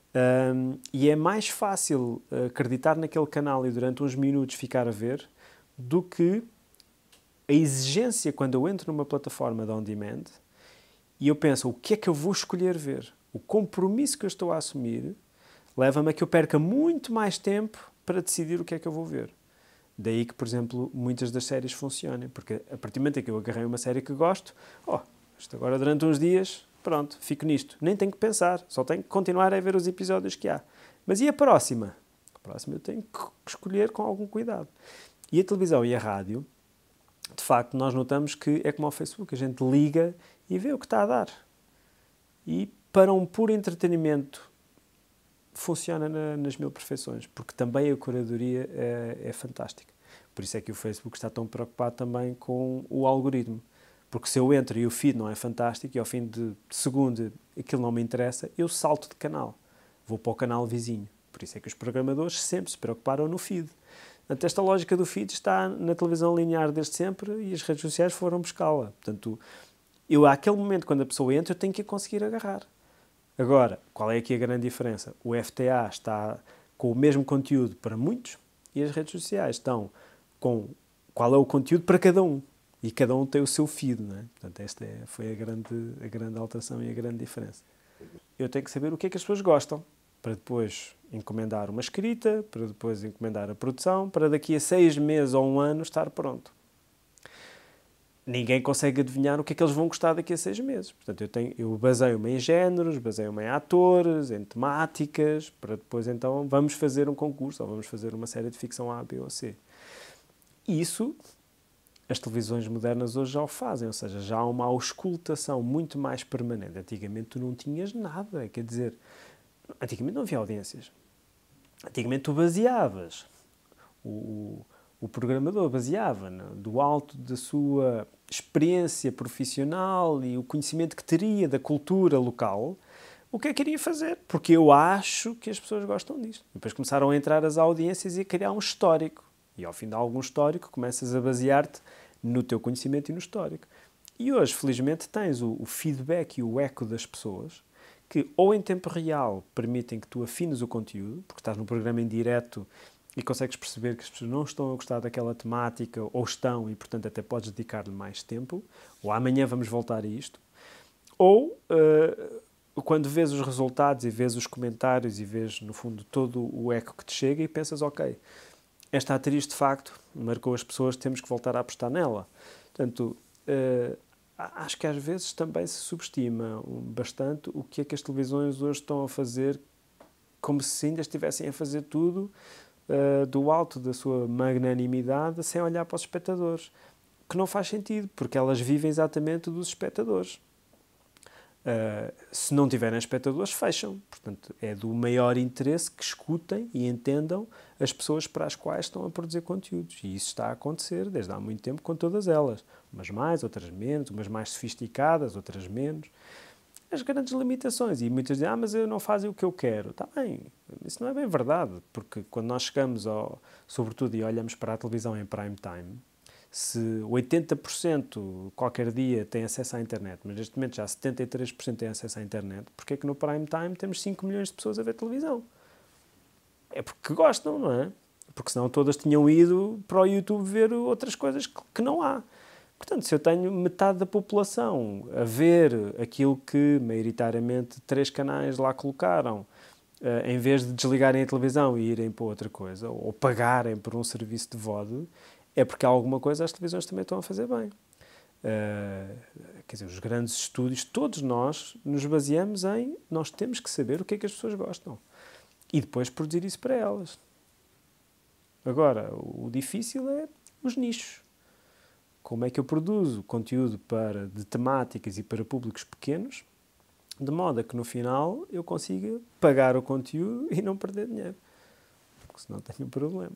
e é mais fácil acreditar naquele canal e durante uns minutos ficar a ver do que a exigência quando eu entro numa plataforma de on-demand e eu penso, o que é que eu vou escolher ver? O compromisso que eu estou a assumir leva-me a que eu perca muito mais tempo para decidir o que é que eu vou ver. Daí que, por exemplo, muitas das séries funcionem, porque a partir do momento em que eu agarrei uma série que gosto, isto agora durante uns dias, pronto, fico nisto. Nem tenho que pensar, só tenho que continuar a ver os episódios que há. Mas e a próxima? A próxima eu tenho que escolher com algum cuidado. E a televisão e a rádio, de facto, nós notamos que é como ao Facebook, a gente liga e vê o que está a dar. E para um puro entretenimento funciona nas mil perfeições, porque também a curadoria é fantástica. Por isso é que o Facebook está tão preocupado também com o algoritmo. Porque se eu entro e o feed não é fantástico e ao fim de segundo aquilo não me interessa, eu salto de canal. Vou para o canal vizinho. Por isso é que os programadores sempre se preocuparam no feed. Portanto, esta lógica do feed está na televisão linear desde sempre e as redes sociais foram buscá-la. Portanto, àquele momento, quando a pessoa entra, eu tenho que a conseguir agarrar. Agora, qual é aqui a grande diferença? O FTA está com o mesmo conteúdo para muitos e as redes sociais estão com qual é o conteúdo para cada um. E cada um tem o seu feed, não é? Portanto, esta foi a grande alteração e a grande diferença. Eu tenho que saber o que é que as pessoas gostam, para depois encomendar uma escrita, para depois encomendar a produção, para daqui a 6 meses ou 1 ano estar pronto. ninguém consegue adivinhar o que é que eles vão gostar daqui a 6 meses. Portanto, eu baseio-me em géneros, baseio-me em atores, em temáticas, para depois então vamos fazer um concurso ou vamos fazer uma série de ficção A, B ou C. E isso as televisões modernas hoje já o fazem, ou seja, já há uma auscultação muito mais permanente. Antigamente tu não tinhas nada, quer dizer, antigamente não havia audiências. Antigamente tu baseavas, o programador baseava do alto da sua experiência profissional e o conhecimento que teria da cultura local, o que é que queria fazer, porque eu acho que as pessoas gostam disto. Depois começaram a entrar as audiências e a criar um histórico. E ao fim de algum histórico começas a basear-te no teu conhecimento e no histórico. E hoje, felizmente, tens o feedback e o eco das pessoas que ou em tempo real permitem que tu afines o conteúdo, porque estás num programa em direto e consegues perceber que as pessoas não estão a gostar daquela temática ou estão e, portanto, até podes dedicar-lhe mais tempo, ou amanhã vamos voltar a isto. Ou quando vês os resultados e vês os comentários e vês, no fundo, todo o eco que te chega e pensas, ok, esta atriz, de facto, marcou as pessoas, temos que voltar a apostar nela. Portanto, acho que às vezes também se subestima bastante o que é que as televisões hoje estão a fazer, como se ainda estivessem a fazer tudo do alto da sua magnanimidade, sem olhar para os espectadores. Que não faz sentido, porque elas vivem exatamente dos espectadores. Se não tiverem espectadores, fecham. Portanto, é do maior interesse que escutem e entendam as pessoas para as quais estão a produzir conteúdos. E isso está a acontecer desde há muito tempo com todas elas. Umas mais, outras menos, umas mais sofisticadas, outras menos. As grandes limitações. E muitas dizem, mas eu não fazem o que eu quero. Está bem, isso não é bem verdade. Porque quando nós chegamos, sobretudo, e olhamos para a televisão em prime time, se 80% qualquer dia tem acesso à internet, mas neste momento já 73% têm acesso à internet, porque é que no prime time temos 5 milhões de pessoas a ver televisão? É porque gostam, não é? Porque senão todas tinham ido para o YouTube ver outras coisas que não há. Portanto, se eu tenho metade da população a ver aquilo que, maioritariamente, 3 canais lá colocaram, em vez de desligarem a televisão e irem para outra coisa, ou pagarem por um serviço de VOD, é porque há alguma coisa as televisões também estão a fazer bem. Quer dizer, os grandes estúdios, todos nós nos baseamos em nós temos que saber o que é que as pessoas gostam e depois produzir isso para elas. Agora, o difícil é os nichos. Como é que eu produzo conteúdo de temáticas e para públicos pequenos, de modo a que no final eu consiga pagar o conteúdo e não perder dinheiro. Porque senão tenho um problema.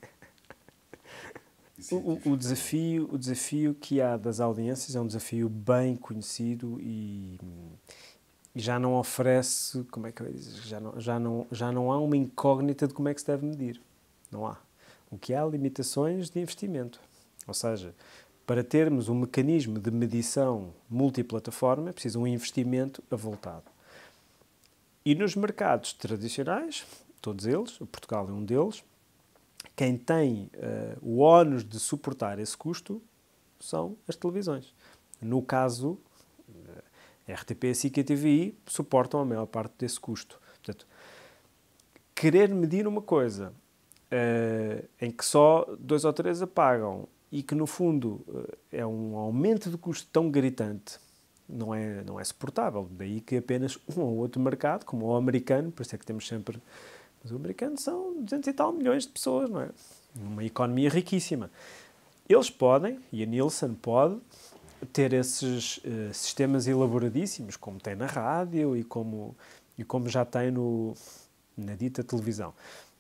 O desafio que há das audiências é um desafio bem conhecido e já não oferece, como é que eu ia dizer, já não há uma incógnita de como é que se deve medir. Não há. O que há limitações de investimento. Ou seja, para termos um mecanismo de medição multiplataforma é preciso um investimento avultado. E nos mercados tradicionais, todos eles, Portugal é um deles, quem tem o ónus de suportar esse custo são as televisões. No caso, a RTP e a SIC e a TVI suportam a maior parte desse custo. Portanto, querer medir uma coisa em que só 2 ou 3 a pagam e que, no fundo, é um aumento de custo tão gritante, não é suportável. Daí que apenas um ou outro mercado, como o americano, por isso é que temos sempre... Mas o americano são 200 e tal milhões de pessoas, não é? Uma economia riquíssima. Eles podem, e a Nielsen pode, ter esses sistemas elaboradíssimos, como tem na rádio e como já tem na dita televisão.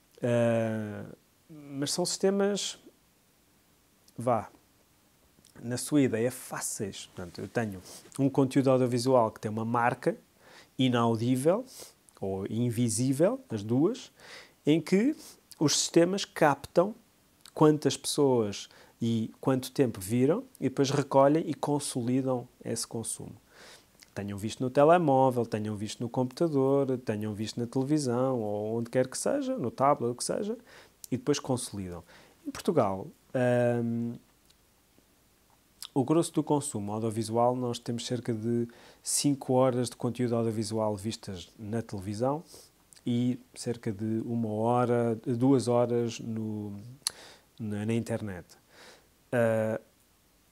Mas são sistemas, na sua ideia, fáceis. Portanto, eu tenho um conteúdo audiovisual que tem uma marca inaudível, ou invisível, as duas, em que os sistemas captam quantas pessoas e quanto tempo viram e depois recolhem e consolidam esse consumo. Tenham visto no telemóvel, tenham visto no computador, tenham visto na televisão ou onde quer que seja, no tablet, o que seja, e depois consolidam. Em Portugal, o grosso do consumo audiovisual, nós temos cerca de 5 horas de conteúdo audiovisual vistas na televisão e cerca de 1 hora, 2 horas na internet.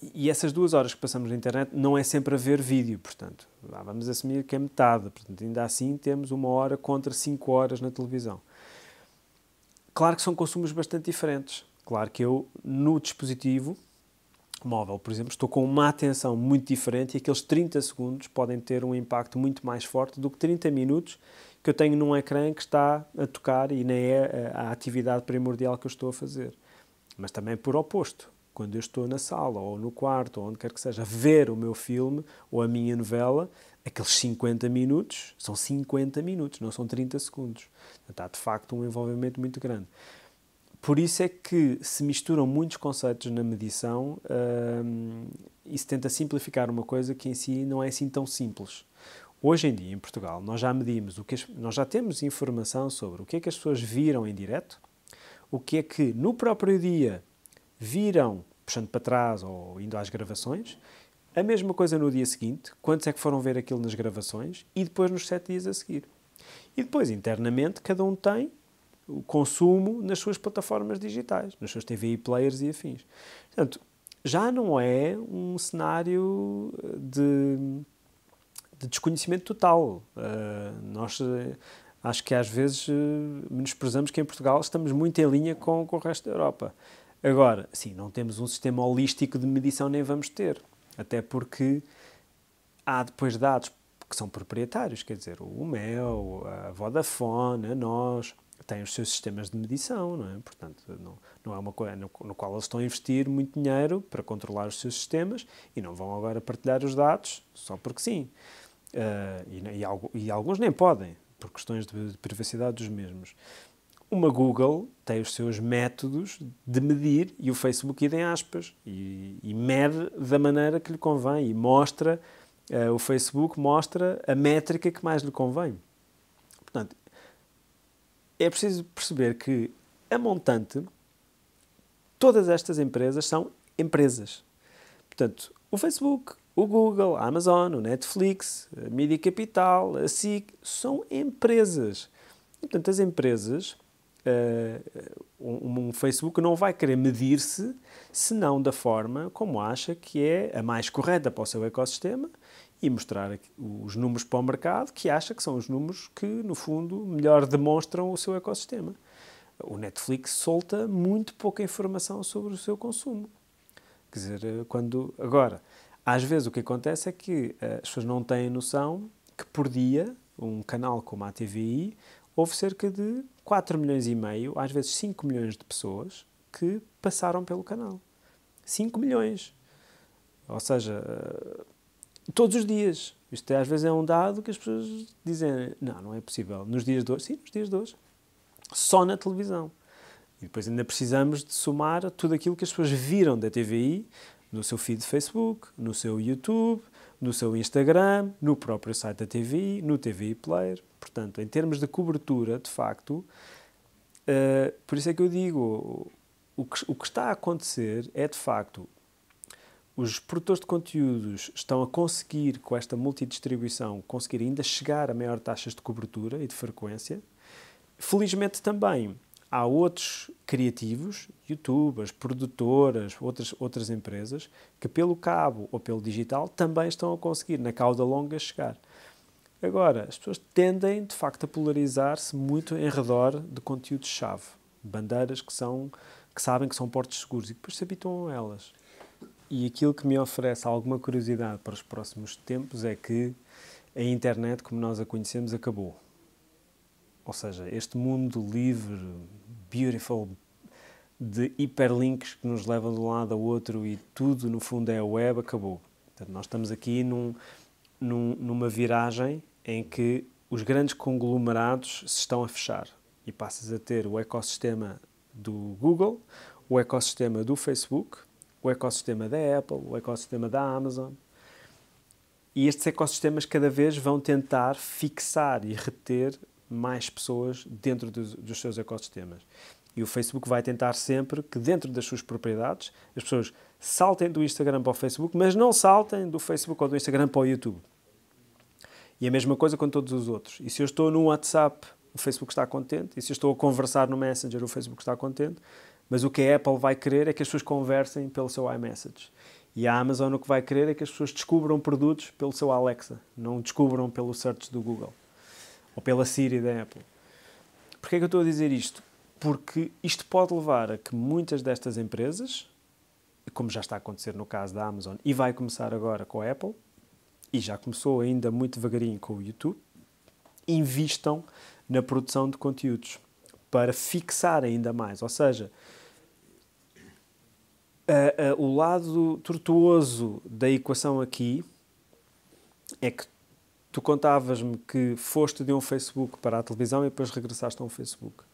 E essas 2 horas que passamos na internet não é sempre a ver vídeo, portanto, vamos assumir que é metade. Portanto, ainda assim temos 1 hora contra 5 horas na televisão. Claro que são consumos bastante diferentes. Claro que eu, no dispositivo móvel, por exemplo, estou com uma atenção muito diferente e aqueles 30 segundos podem ter um impacto muito mais forte do que 30 minutos que eu tenho num ecrã que está a tocar e nem é a atividade primordial que eu estou a fazer. Mas também por oposto, quando eu estou na sala ou no quarto ou onde quer que seja a ver o meu filme ou a minha novela, aqueles 50 minutos são 50 minutos, não são 30 segundos. Portanto, há de facto um envolvimento muito grande. Por isso é que se misturam muitos conceitos na medição e se tenta simplificar uma coisa que em si não é assim tão simples. Hoje em dia, em Portugal, nós já medimos, nós já temos informação sobre o que é que as pessoas viram em direto, o que é que no próprio dia viram, puxando para trás ou indo às gravações, a mesma coisa no dia seguinte, quantos é que foram ver aquilo nas gravações e depois nos 7 dias a seguir. E depois, internamente, cada um tem o consumo nas suas plataformas digitais, nos seus TVI players e afins. Portanto, já não é um cenário de desconhecimento total. Nós acho que às vezes menosprezamos que em Portugal estamos muito em linha com o resto da Europa. Agora, sim, não temos um sistema holístico de medição, nem vamos ter. Até porque há depois dados que são proprietários, quer dizer, o Mel, a Vodafone, a nós, têm os seus sistemas de medição, não é? Portanto, não é uma coisa no qual eles estão a investir muito dinheiro para controlar os seus sistemas e não vão agora partilhar os dados só porque sim. E alguns nem podem, por questões de privacidade dos mesmos. Uma Google tem os seus métodos de medir e o Facebook idem aspas e mede da maneira que lhe convém e mostra, o Facebook mostra a métrica que mais lhe convém. Portanto, é preciso perceber que a montante, todas estas empresas são empresas. Portanto, o Facebook, o Google, a Amazon, o Netflix, a Media Capital, a SIC, são empresas. E, portanto, as empresas, um Facebook não vai querer medir-se senão da forma como acha que é a mais correta para o seu ecossistema e mostrar os números para o mercado que acha que são os números que, no fundo, melhor demonstram o seu ecossistema. O Netflix solta muito pouca informação sobre o seu consumo. Quer dizer, agora, às vezes o que acontece é que as pessoas não têm noção que por dia, um canal como a TVI, houve cerca de 4 milhões e meio, às vezes 5 milhões de pessoas que passaram pelo canal. 5 milhões. Ou seja, todos os dias. Isto às vezes é um dado que as pessoas dizem, não é possível. Nos dias de hoje, sim, nos dias de hoje. Só na televisão. E depois ainda precisamos de somar tudo aquilo que as pessoas viram da TVI, no seu feed de Facebook, no seu YouTube, no seu Instagram, no próprio site da TVI, no TVI Player. Portanto, em termos de cobertura, de facto, por isso é que eu digo, o que está a acontecer é, de facto, os produtores de conteúdos estão a conseguir, com esta multidistribuição, conseguir ainda chegar a maior taxas de cobertura e de frequência. Felizmente também há outros criativos, youtubers, produtoras, outras empresas, que pelo cabo ou pelo digital também estão a conseguir, na cauda longa, chegar. Agora, as pessoas tendem, de facto, a polarizar-se muito em redor de conteúdos-chave. Bandeiras que sabem que são portos seguros e depois se habituam a elas. E aquilo que me oferece alguma curiosidade para os próximos tempos é que a internet, como nós a conhecemos, acabou. Ou seja, este mundo livre, beautiful, de hiperlinks que nos levam de um lado ao outro e tudo, no fundo, é a web, acabou. Portanto, nós estamos aqui numa viragem em que os grandes conglomerados se estão a fechar e passas a ter o ecossistema do Google, o ecossistema do Facebook, o ecossistema da Apple, o ecossistema da Amazon. E estes ecossistemas cada vez vão tentar fixar e reter mais pessoas dentro dos seus ecossistemas. E o Facebook vai tentar sempre que dentro das suas propriedades as pessoas saltem do Instagram para o Facebook, mas não saltem do Facebook ou do Instagram para o YouTube. E a mesma coisa com todos os outros. E se eu estou no WhatsApp, o Facebook está contente. E se eu estou a conversar no Messenger, o Facebook está contente. Mas o que a Apple vai querer é que as pessoas conversem pelo seu iMessage. E a Amazon o que vai querer é que as pessoas descubram produtos pelo seu Alexa, não descubram pelo search do Google ou pela Siri da Apple. Porquê é que eu estou a dizer isto? Porque isto pode levar a que muitas destas empresas, como já está a acontecer no caso da Amazon e vai começar agora com a Apple, e já começou ainda muito devagarinho com o YouTube, invistam na produção de conteúdos para fixar ainda mais. Ou seja, o lado tortuoso da equação aqui é que tu contavas-me que foste de um Facebook para a televisão e depois regressaste a um Facebook.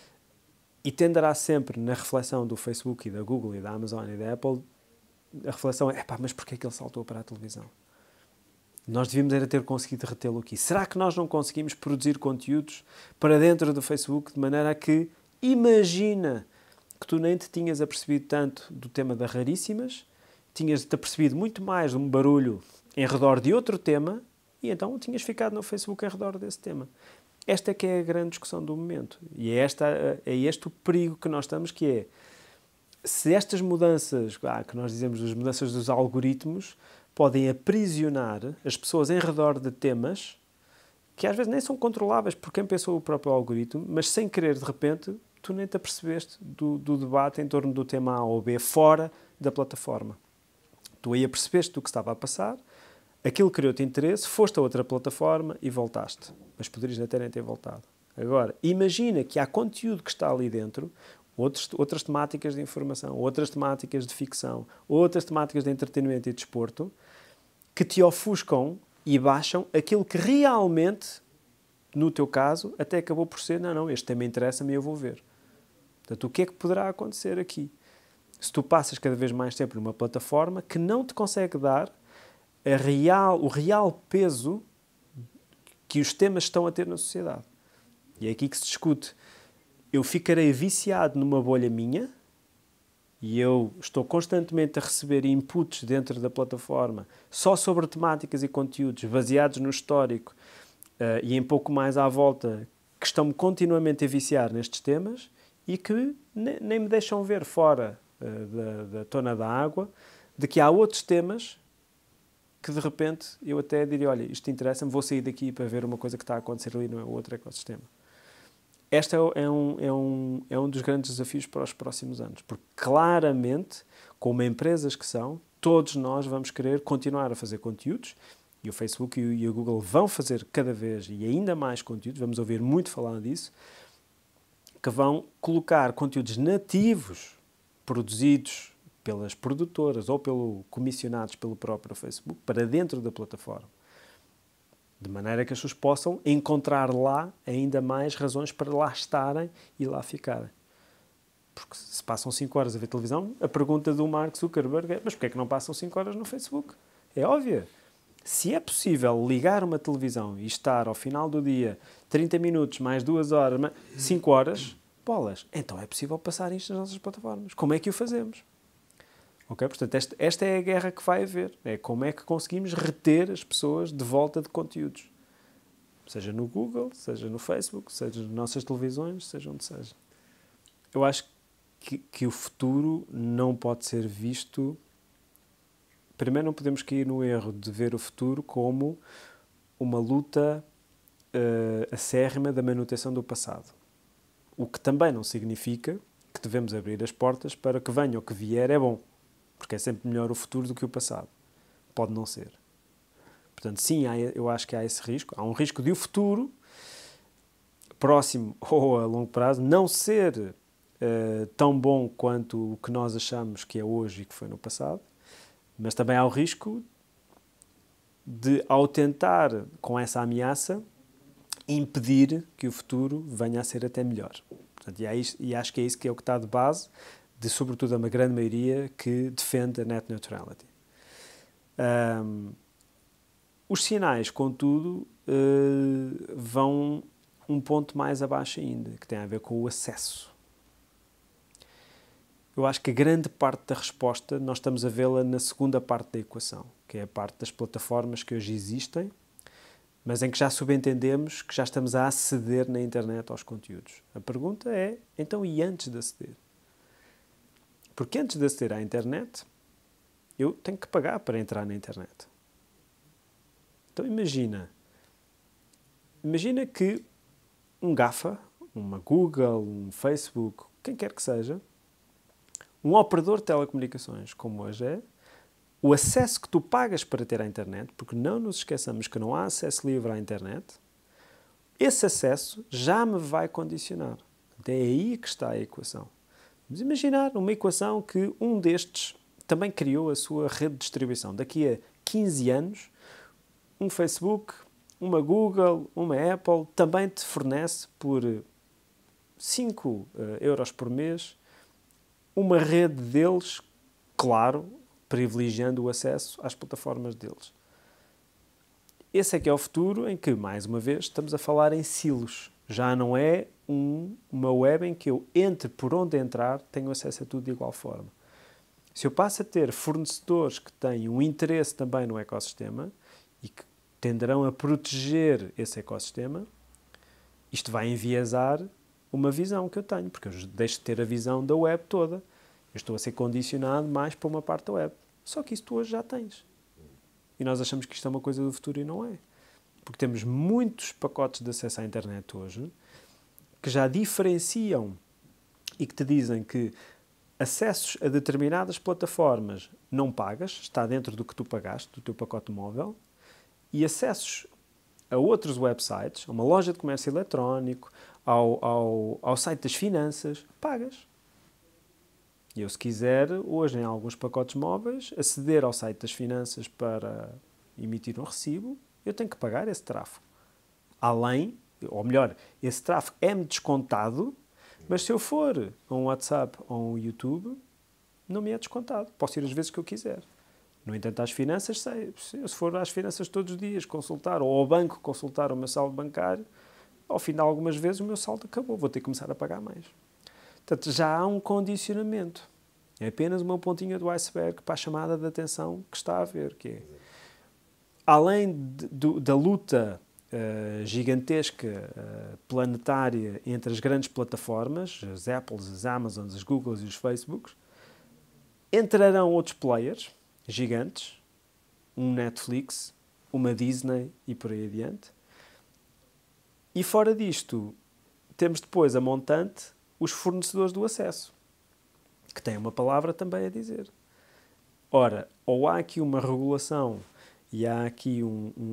E tenderá sempre, na reflexão do Facebook e da Google e da Amazon e da Apple, a reflexão é, mas porquê é que ele saltou para a televisão? Nós devíamos era ter conseguido retê-lo aqui. Será que nós não conseguimos produzir conteúdos para dentro do Facebook de maneira a que, imagina que tu nem te tinhas apercebido tanto do tema das raríssimas, tinhas-te apercebido muito mais de um barulho em redor de outro tema e então tinhas ficado no Facebook em redor desse tema. Esta é que é a grande discussão do momento. E é este o perigo que nós estamos, que é, se estas mudanças, que nós dizemos as mudanças dos algoritmos, podem aprisionar as pessoas em redor de temas que às vezes nem são controláveis por quem pensou o próprio algoritmo, mas sem querer, de repente, tu nem te apercebeste do debate em torno do tema A ou B fora da plataforma. Tu aí apercebeste do que estava a passar, aquilo criou-te interesse, foste a outra plataforma e voltaste. Mas poderias até nem ter voltado. Agora, imagina que há conteúdo que está ali dentro, outras temáticas de informação, outras temáticas de ficção, outras temáticas de entretenimento e desporto, que te ofuscam e baixam aquilo que realmente, no teu caso, até acabou por ser, não, este tema interessa-me e eu vou ver. Portanto, o que é que poderá acontecer aqui? Se tu passas cada vez mais tempo numa plataforma que não te consegue dar o real peso que os temas estão a ter na sociedade. E é aqui que se discute. Eu ficarei viciado numa bolha minha e eu estou constantemente a receber inputs dentro da plataforma só sobre temáticas e conteúdos baseados no histórico e em pouco mais à volta que estão-me continuamente a viciar nestes temas e que nem me deixam ver fora da tona da água de que há outros temas que de repente eu até diria, olha, isto interessa-me, vou sair daqui para ver uma coisa que está a acontecer ali no outro ecossistema. Este é um dos grandes desafios para os próximos anos, porque claramente, como empresas que são, todos nós vamos querer continuar a fazer conteúdos, e o Facebook e o Google vão fazer cada vez e ainda mais conteúdos, vamos ouvir muito falar disso, que vão colocar conteúdos nativos, produzidos pelas produtoras ou comissionados pelo próprio Facebook, para dentro da plataforma. De maneira que as pessoas possam encontrar lá ainda mais razões para lá estarem e lá ficarem. Porque se passam 5 horas a ver televisão, a pergunta do Mark Zuckerberg é, mas porquê é que não passam 5 horas no Facebook? É óbvio. Se é possível ligar uma televisão e estar ao final do dia 30 minutos, mais 2 horas, 5 horas, bolas, então é possível passar isto nas nossas plataformas. Como é que o fazemos? Okay? Portanto, esta é a guerra que vai haver. É como é que conseguimos reter as pessoas de volta de conteúdos. Seja no Google, seja no Facebook, seja nas nossas televisões, seja onde seja. Eu acho que o futuro não pode ser visto... Primeiro, não podemos cair no erro de ver o futuro como uma luta acérrima da manutenção do passado. O que também não significa que devemos abrir as portas para que venha ou que vier é bom. Porque é sempre melhor o futuro do que o passado. Pode não ser. Portanto, sim, eu acho que há esse risco. Há um risco de o futuro, próximo ou a longo prazo, não ser tão bom quanto o que nós achamos que é hoje e que foi no passado. Mas também há o risco de, ao tentar, com essa ameaça, impedir que o futuro venha a ser até melhor. Portanto, e acho que é isso que é o que está de base de, sobretudo, uma grande maioria que defende a net neutrality. Os sinais, contudo, vão um ponto mais abaixo ainda, que tem a ver com o acesso. Eu acho que a grande parte da resposta nós estamos a vê-la na segunda parte da equação, que é a parte das plataformas que hoje existem, mas em que já subentendemos que já estamos a aceder na internet aos conteúdos. A pergunta é, então, e antes de aceder? Porque antes de aceder à internet, eu tenho que pagar para entrar na internet. Então imagina que um GAFA, uma Google, um Facebook, quem quer que seja, um operador de telecomunicações, como hoje é, o acesso que tu pagas para ter à internet, porque não nos esqueçamos que não há acesso livre à internet, esse acesso já me vai condicionar. É aí que está a equação. Vamos imaginar uma equação que um destes também criou a sua rede de distribuição. Daqui a 15 anos, um Facebook, uma Google, uma Apple também te fornece por 5 euros por mês uma rede deles, claro, privilegiando o acesso às plataformas deles. Esse é que é o futuro em que, mais uma vez, estamos a falar em silos. Já não é uma web em que eu entre por onde entrar, tenho acesso a tudo de igual forma. Se eu passo a ter fornecedores que têm um interesse também no ecossistema e que tenderão a proteger esse ecossistema, isto vai enviesar uma visão que eu tenho, porque eu deixo de ter a visão da web toda. Eu estou a ser condicionado mais para uma parte da web. Só que isso tu hoje já tens. E nós achamos que isto é uma coisa do futuro e não é. Porque temos muitos pacotes de acesso à internet hoje que já diferenciam e que te dizem que acessos a determinadas plataformas não pagas, está dentro do que tu pagaste, do teu pacote móvel, e acessos a outros websites, a uma loja de comércio eletrónico, ao site das finanças, pagas. E eu, se quiser, hoje em alguns pacotes móveis, aceder ao site das finanças para emitir um recibo, eu tenho que pagar esse tráfego. Além, ou melhor, esse tráfego é-me descontado, mas se eu for a um WhatsApp ou a um YouTube, não me é descontado. Posso ir as vezes que eu quiser. No entanto, às finanças, sei. Se for às finanças todos os dias consultar, ou ao banco consultar o meu saldo bancário, ao fim de algumas vezes o meu saldo acabou. Vou ter que começar a pagar mais. Portanto, já há um condicionamento. É apenas uma pontinha do iceberg para a chamada de atenção que está a haver. Que é, além da luta gigantesca, planetária, entre as grandes plataformas, as Apples, as Amazons, as Googles e os Facebooks, entrarão outros players gigantes, um Netflix, uma Disney e por aí adiante. E fora disto, temos depois a montante, os fornecedores do acesso, que têm uma palavra também a dizer. Ora, ou há aqui uma regulação e há aqui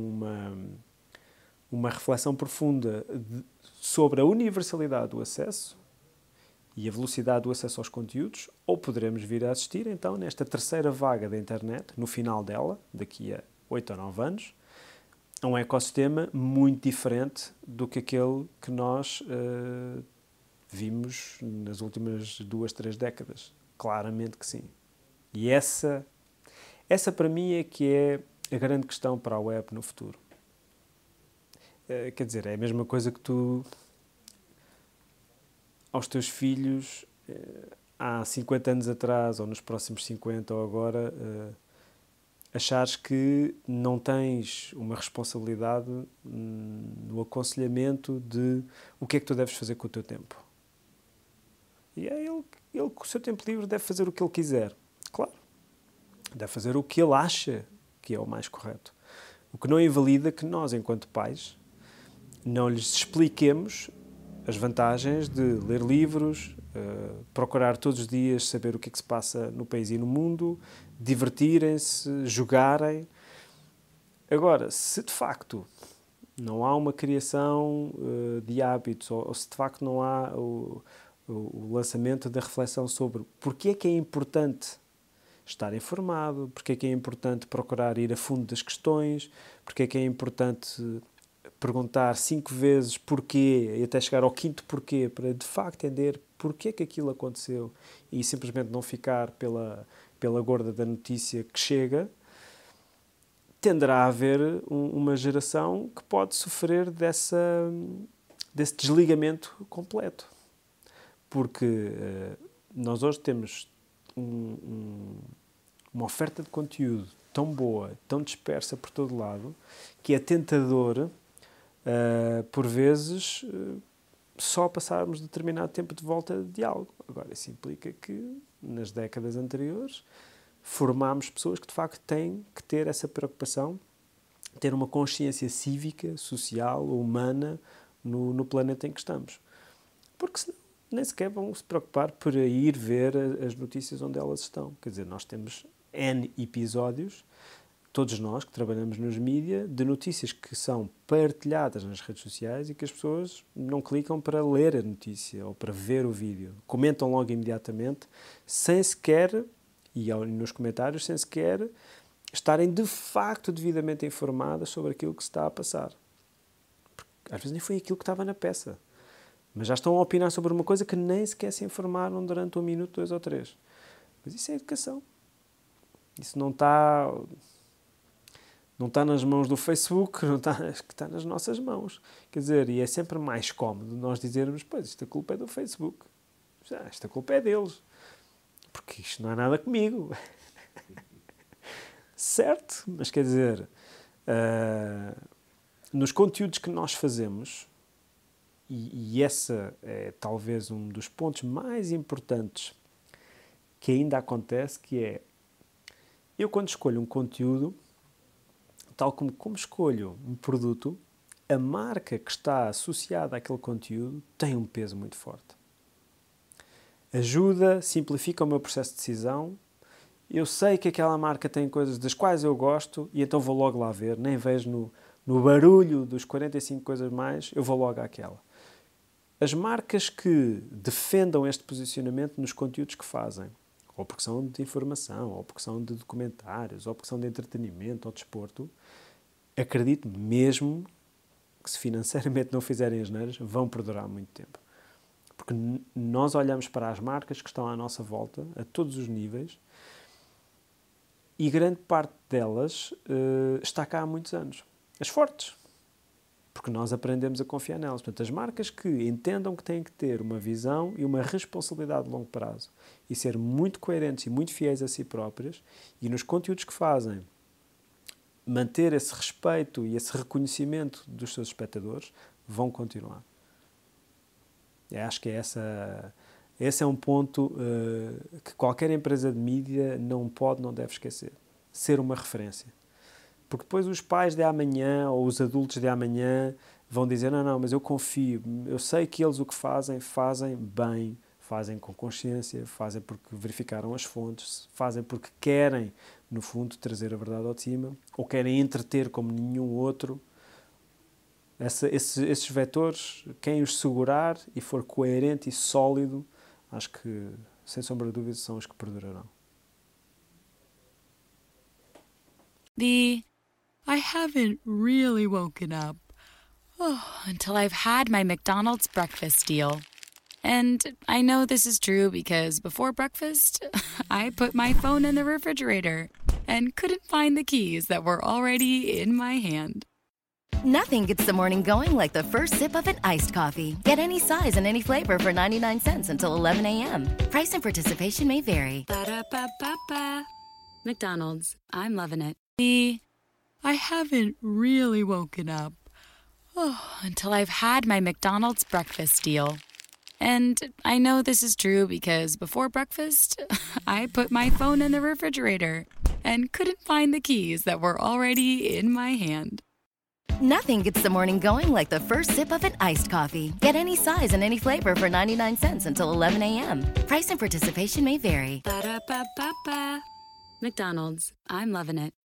uma reflexão profunda sobre a universalidade do acesso e a velocidade do acesso aos conteúdos, ou poderemos vir a assistir, então, nesta terceira vaga da internet, no final dela, daqui a 8 ou 9 anos, a um ecossistema muito diferente do que aquele que nós vimos nas últimas 2, 3 décadas. Claramente que sim. E essa para mim é que é a grande questão para a web no futuro. Quer dizer, é a mesma coisa que tu, aos teus filhos, há 50 anos atrás, ou nos próximos 50, ou agora, achares que não tens uma responsabilidade no aconselhamento de o que é que tu deves fazer com o teu tempo. E é ele com o seu tempo livre, deve fazer o que ele quiser. Claro, deve fazer o que ele acha que é o mais correto. O que não invalida que nós, enquanto pais, não lhes expliquemos as vantagens de ler livros, procurar todos os dias saber o que é que se passa no país e no mundo, divertirem-se, jogarem. Agora, se de facto não há uma criação de hábitos, ou se de facto não há o lançamento da reflexão sobre porque é que é importante estar informado, porque é que é importante procurar ir a fundo das questões, porque é que é importante perguntar 5 vezes porquê e até chegar ao 5º porquê, para de facto entender porquê que aquilo aconteceu e simplesmente não ficar pela gorda da notícia que chega, tenderá a haver uma geração que pode sofrer desse desligamento completo. Porque nós hoje temos uma oferta de conteúdo tão boa, tão dispersa por todo lado, que é tentador, por vezes, só passarmos determinado tempo de volta de algo. Agora, isso implica que, nas décadas anteriores, formámos pessoas que de facto têm que ter essa preocupação, ter uma consciência cívica, social, humana no planeta em que estamos. Porque senão nem sequer vão se preocupar por ir ver as notícias onde elas estão. Quer dizer, nós temos N episódios, todos nós que trabalhamos nos mídias, de notícias que são partilhadas nas redes sociais e que as pessoas não clicam para ler a notícia ou para ver o vídeo. Comentam logo imediatamente, sem sequer, e nos comentários, sem sequer estarem de facto devidamente informadas sobre aquilo que se está a passar. Porque às vezes nem foi aquilo que estava na peça. Mas já estão a opinar sobre uma coisa que nem sequer se informaram durante 1 minuto, 2 ou 3. Mas isso é educação. Isso não está nas mãos do Facebook, está nas nossas mãos. Quer dizer, e é sempre mais cómodo nós dizermos, pois, esta culpa é do Facebook. Esta culpa é deles. Porque isto não há nada comigo. Certo? Mas quer dizer, nos conteúdos que nós fazemos, e esse é talvez um dos pontos mais importantes que ainda acontece, que é, eu quando escolho um conteúdo, tal como escolho um produto, a marca que está associada àquele conteúdo tem um peso muito forte. Ajuda, simplifica o meu processo de decisão. Eu sei que aquela marca tem coisas das quais eu gosto e então vou logo lá ver, nem vejo no barulho dos 45 coisas mais, eu vou logo àquela. As marcas que defendam este posicionamento nos conteúdos que fazem, ou porque são de informação, ou porque são de documentários, ou porque são de entretenimento ou de desporto, acredito mesmo que se financeiramente não fizerem asneiras, vão perdurar muito tempo. Porque nós olhamos para as marcas que estão à nossa volta, a todos os níveis, e grande parte delas está cá há muitos anos. As fortes. Porque nós aprendemos a confiar nelas. Portanto, as marcas que entendam que têm que ter uma visão e uma responsabilidade de longo prazo e ser muito coerentes e muito fiéis a si próprias e nos conteúdos que fazem manter esse respeito e esse reconhecimento dos seus espectadores, vão continuar. Eu acho que esse é um ponto que qualquer empresa de mídia não deve esquecer. Ser uma referência. Porque depois os pais de amanhã ou os adultos de amanhã vão dizer não, mas eu confio, eu sei que eles o que fazem bem, fazem com consciência, fazem porque verificaram as fontes, fazem porque querem, no fundo, trazer a verdade ao de cima, ou querem entreter como nenhum outro. Esses vetores, quem os segurar e for coerente e sólido, acho que, sem sombra de dúvida, são os que perdurarão. I haven't really woken up until I've had my McDonald's breakfast deal. And I know this is true because before breakfast, I put my phone in the refrigerator and couldn't find the keys that were already in my hand. Nothing gets the morning going like the first sip of an iced coffee. Get any size and any flavor for 99 cents until 11 a.m. Price and participation may vary. Ba-da-ba-ba-ba. McDonald's. I'm loving it. I haven't really woken up until I've had my McDonald's breakfast deal. And I know this is true because before breakfast, I put my phone in the refrigerator and couldn't find the keys that were already in my hand. Nothing gets the morning going like the first sip of an iced coffee. Get any size and any flavor for 99 cents until 11 a.m. Price and participation may vary. Ba-da-ba-ba-ba. McDonald's. I'm loving it.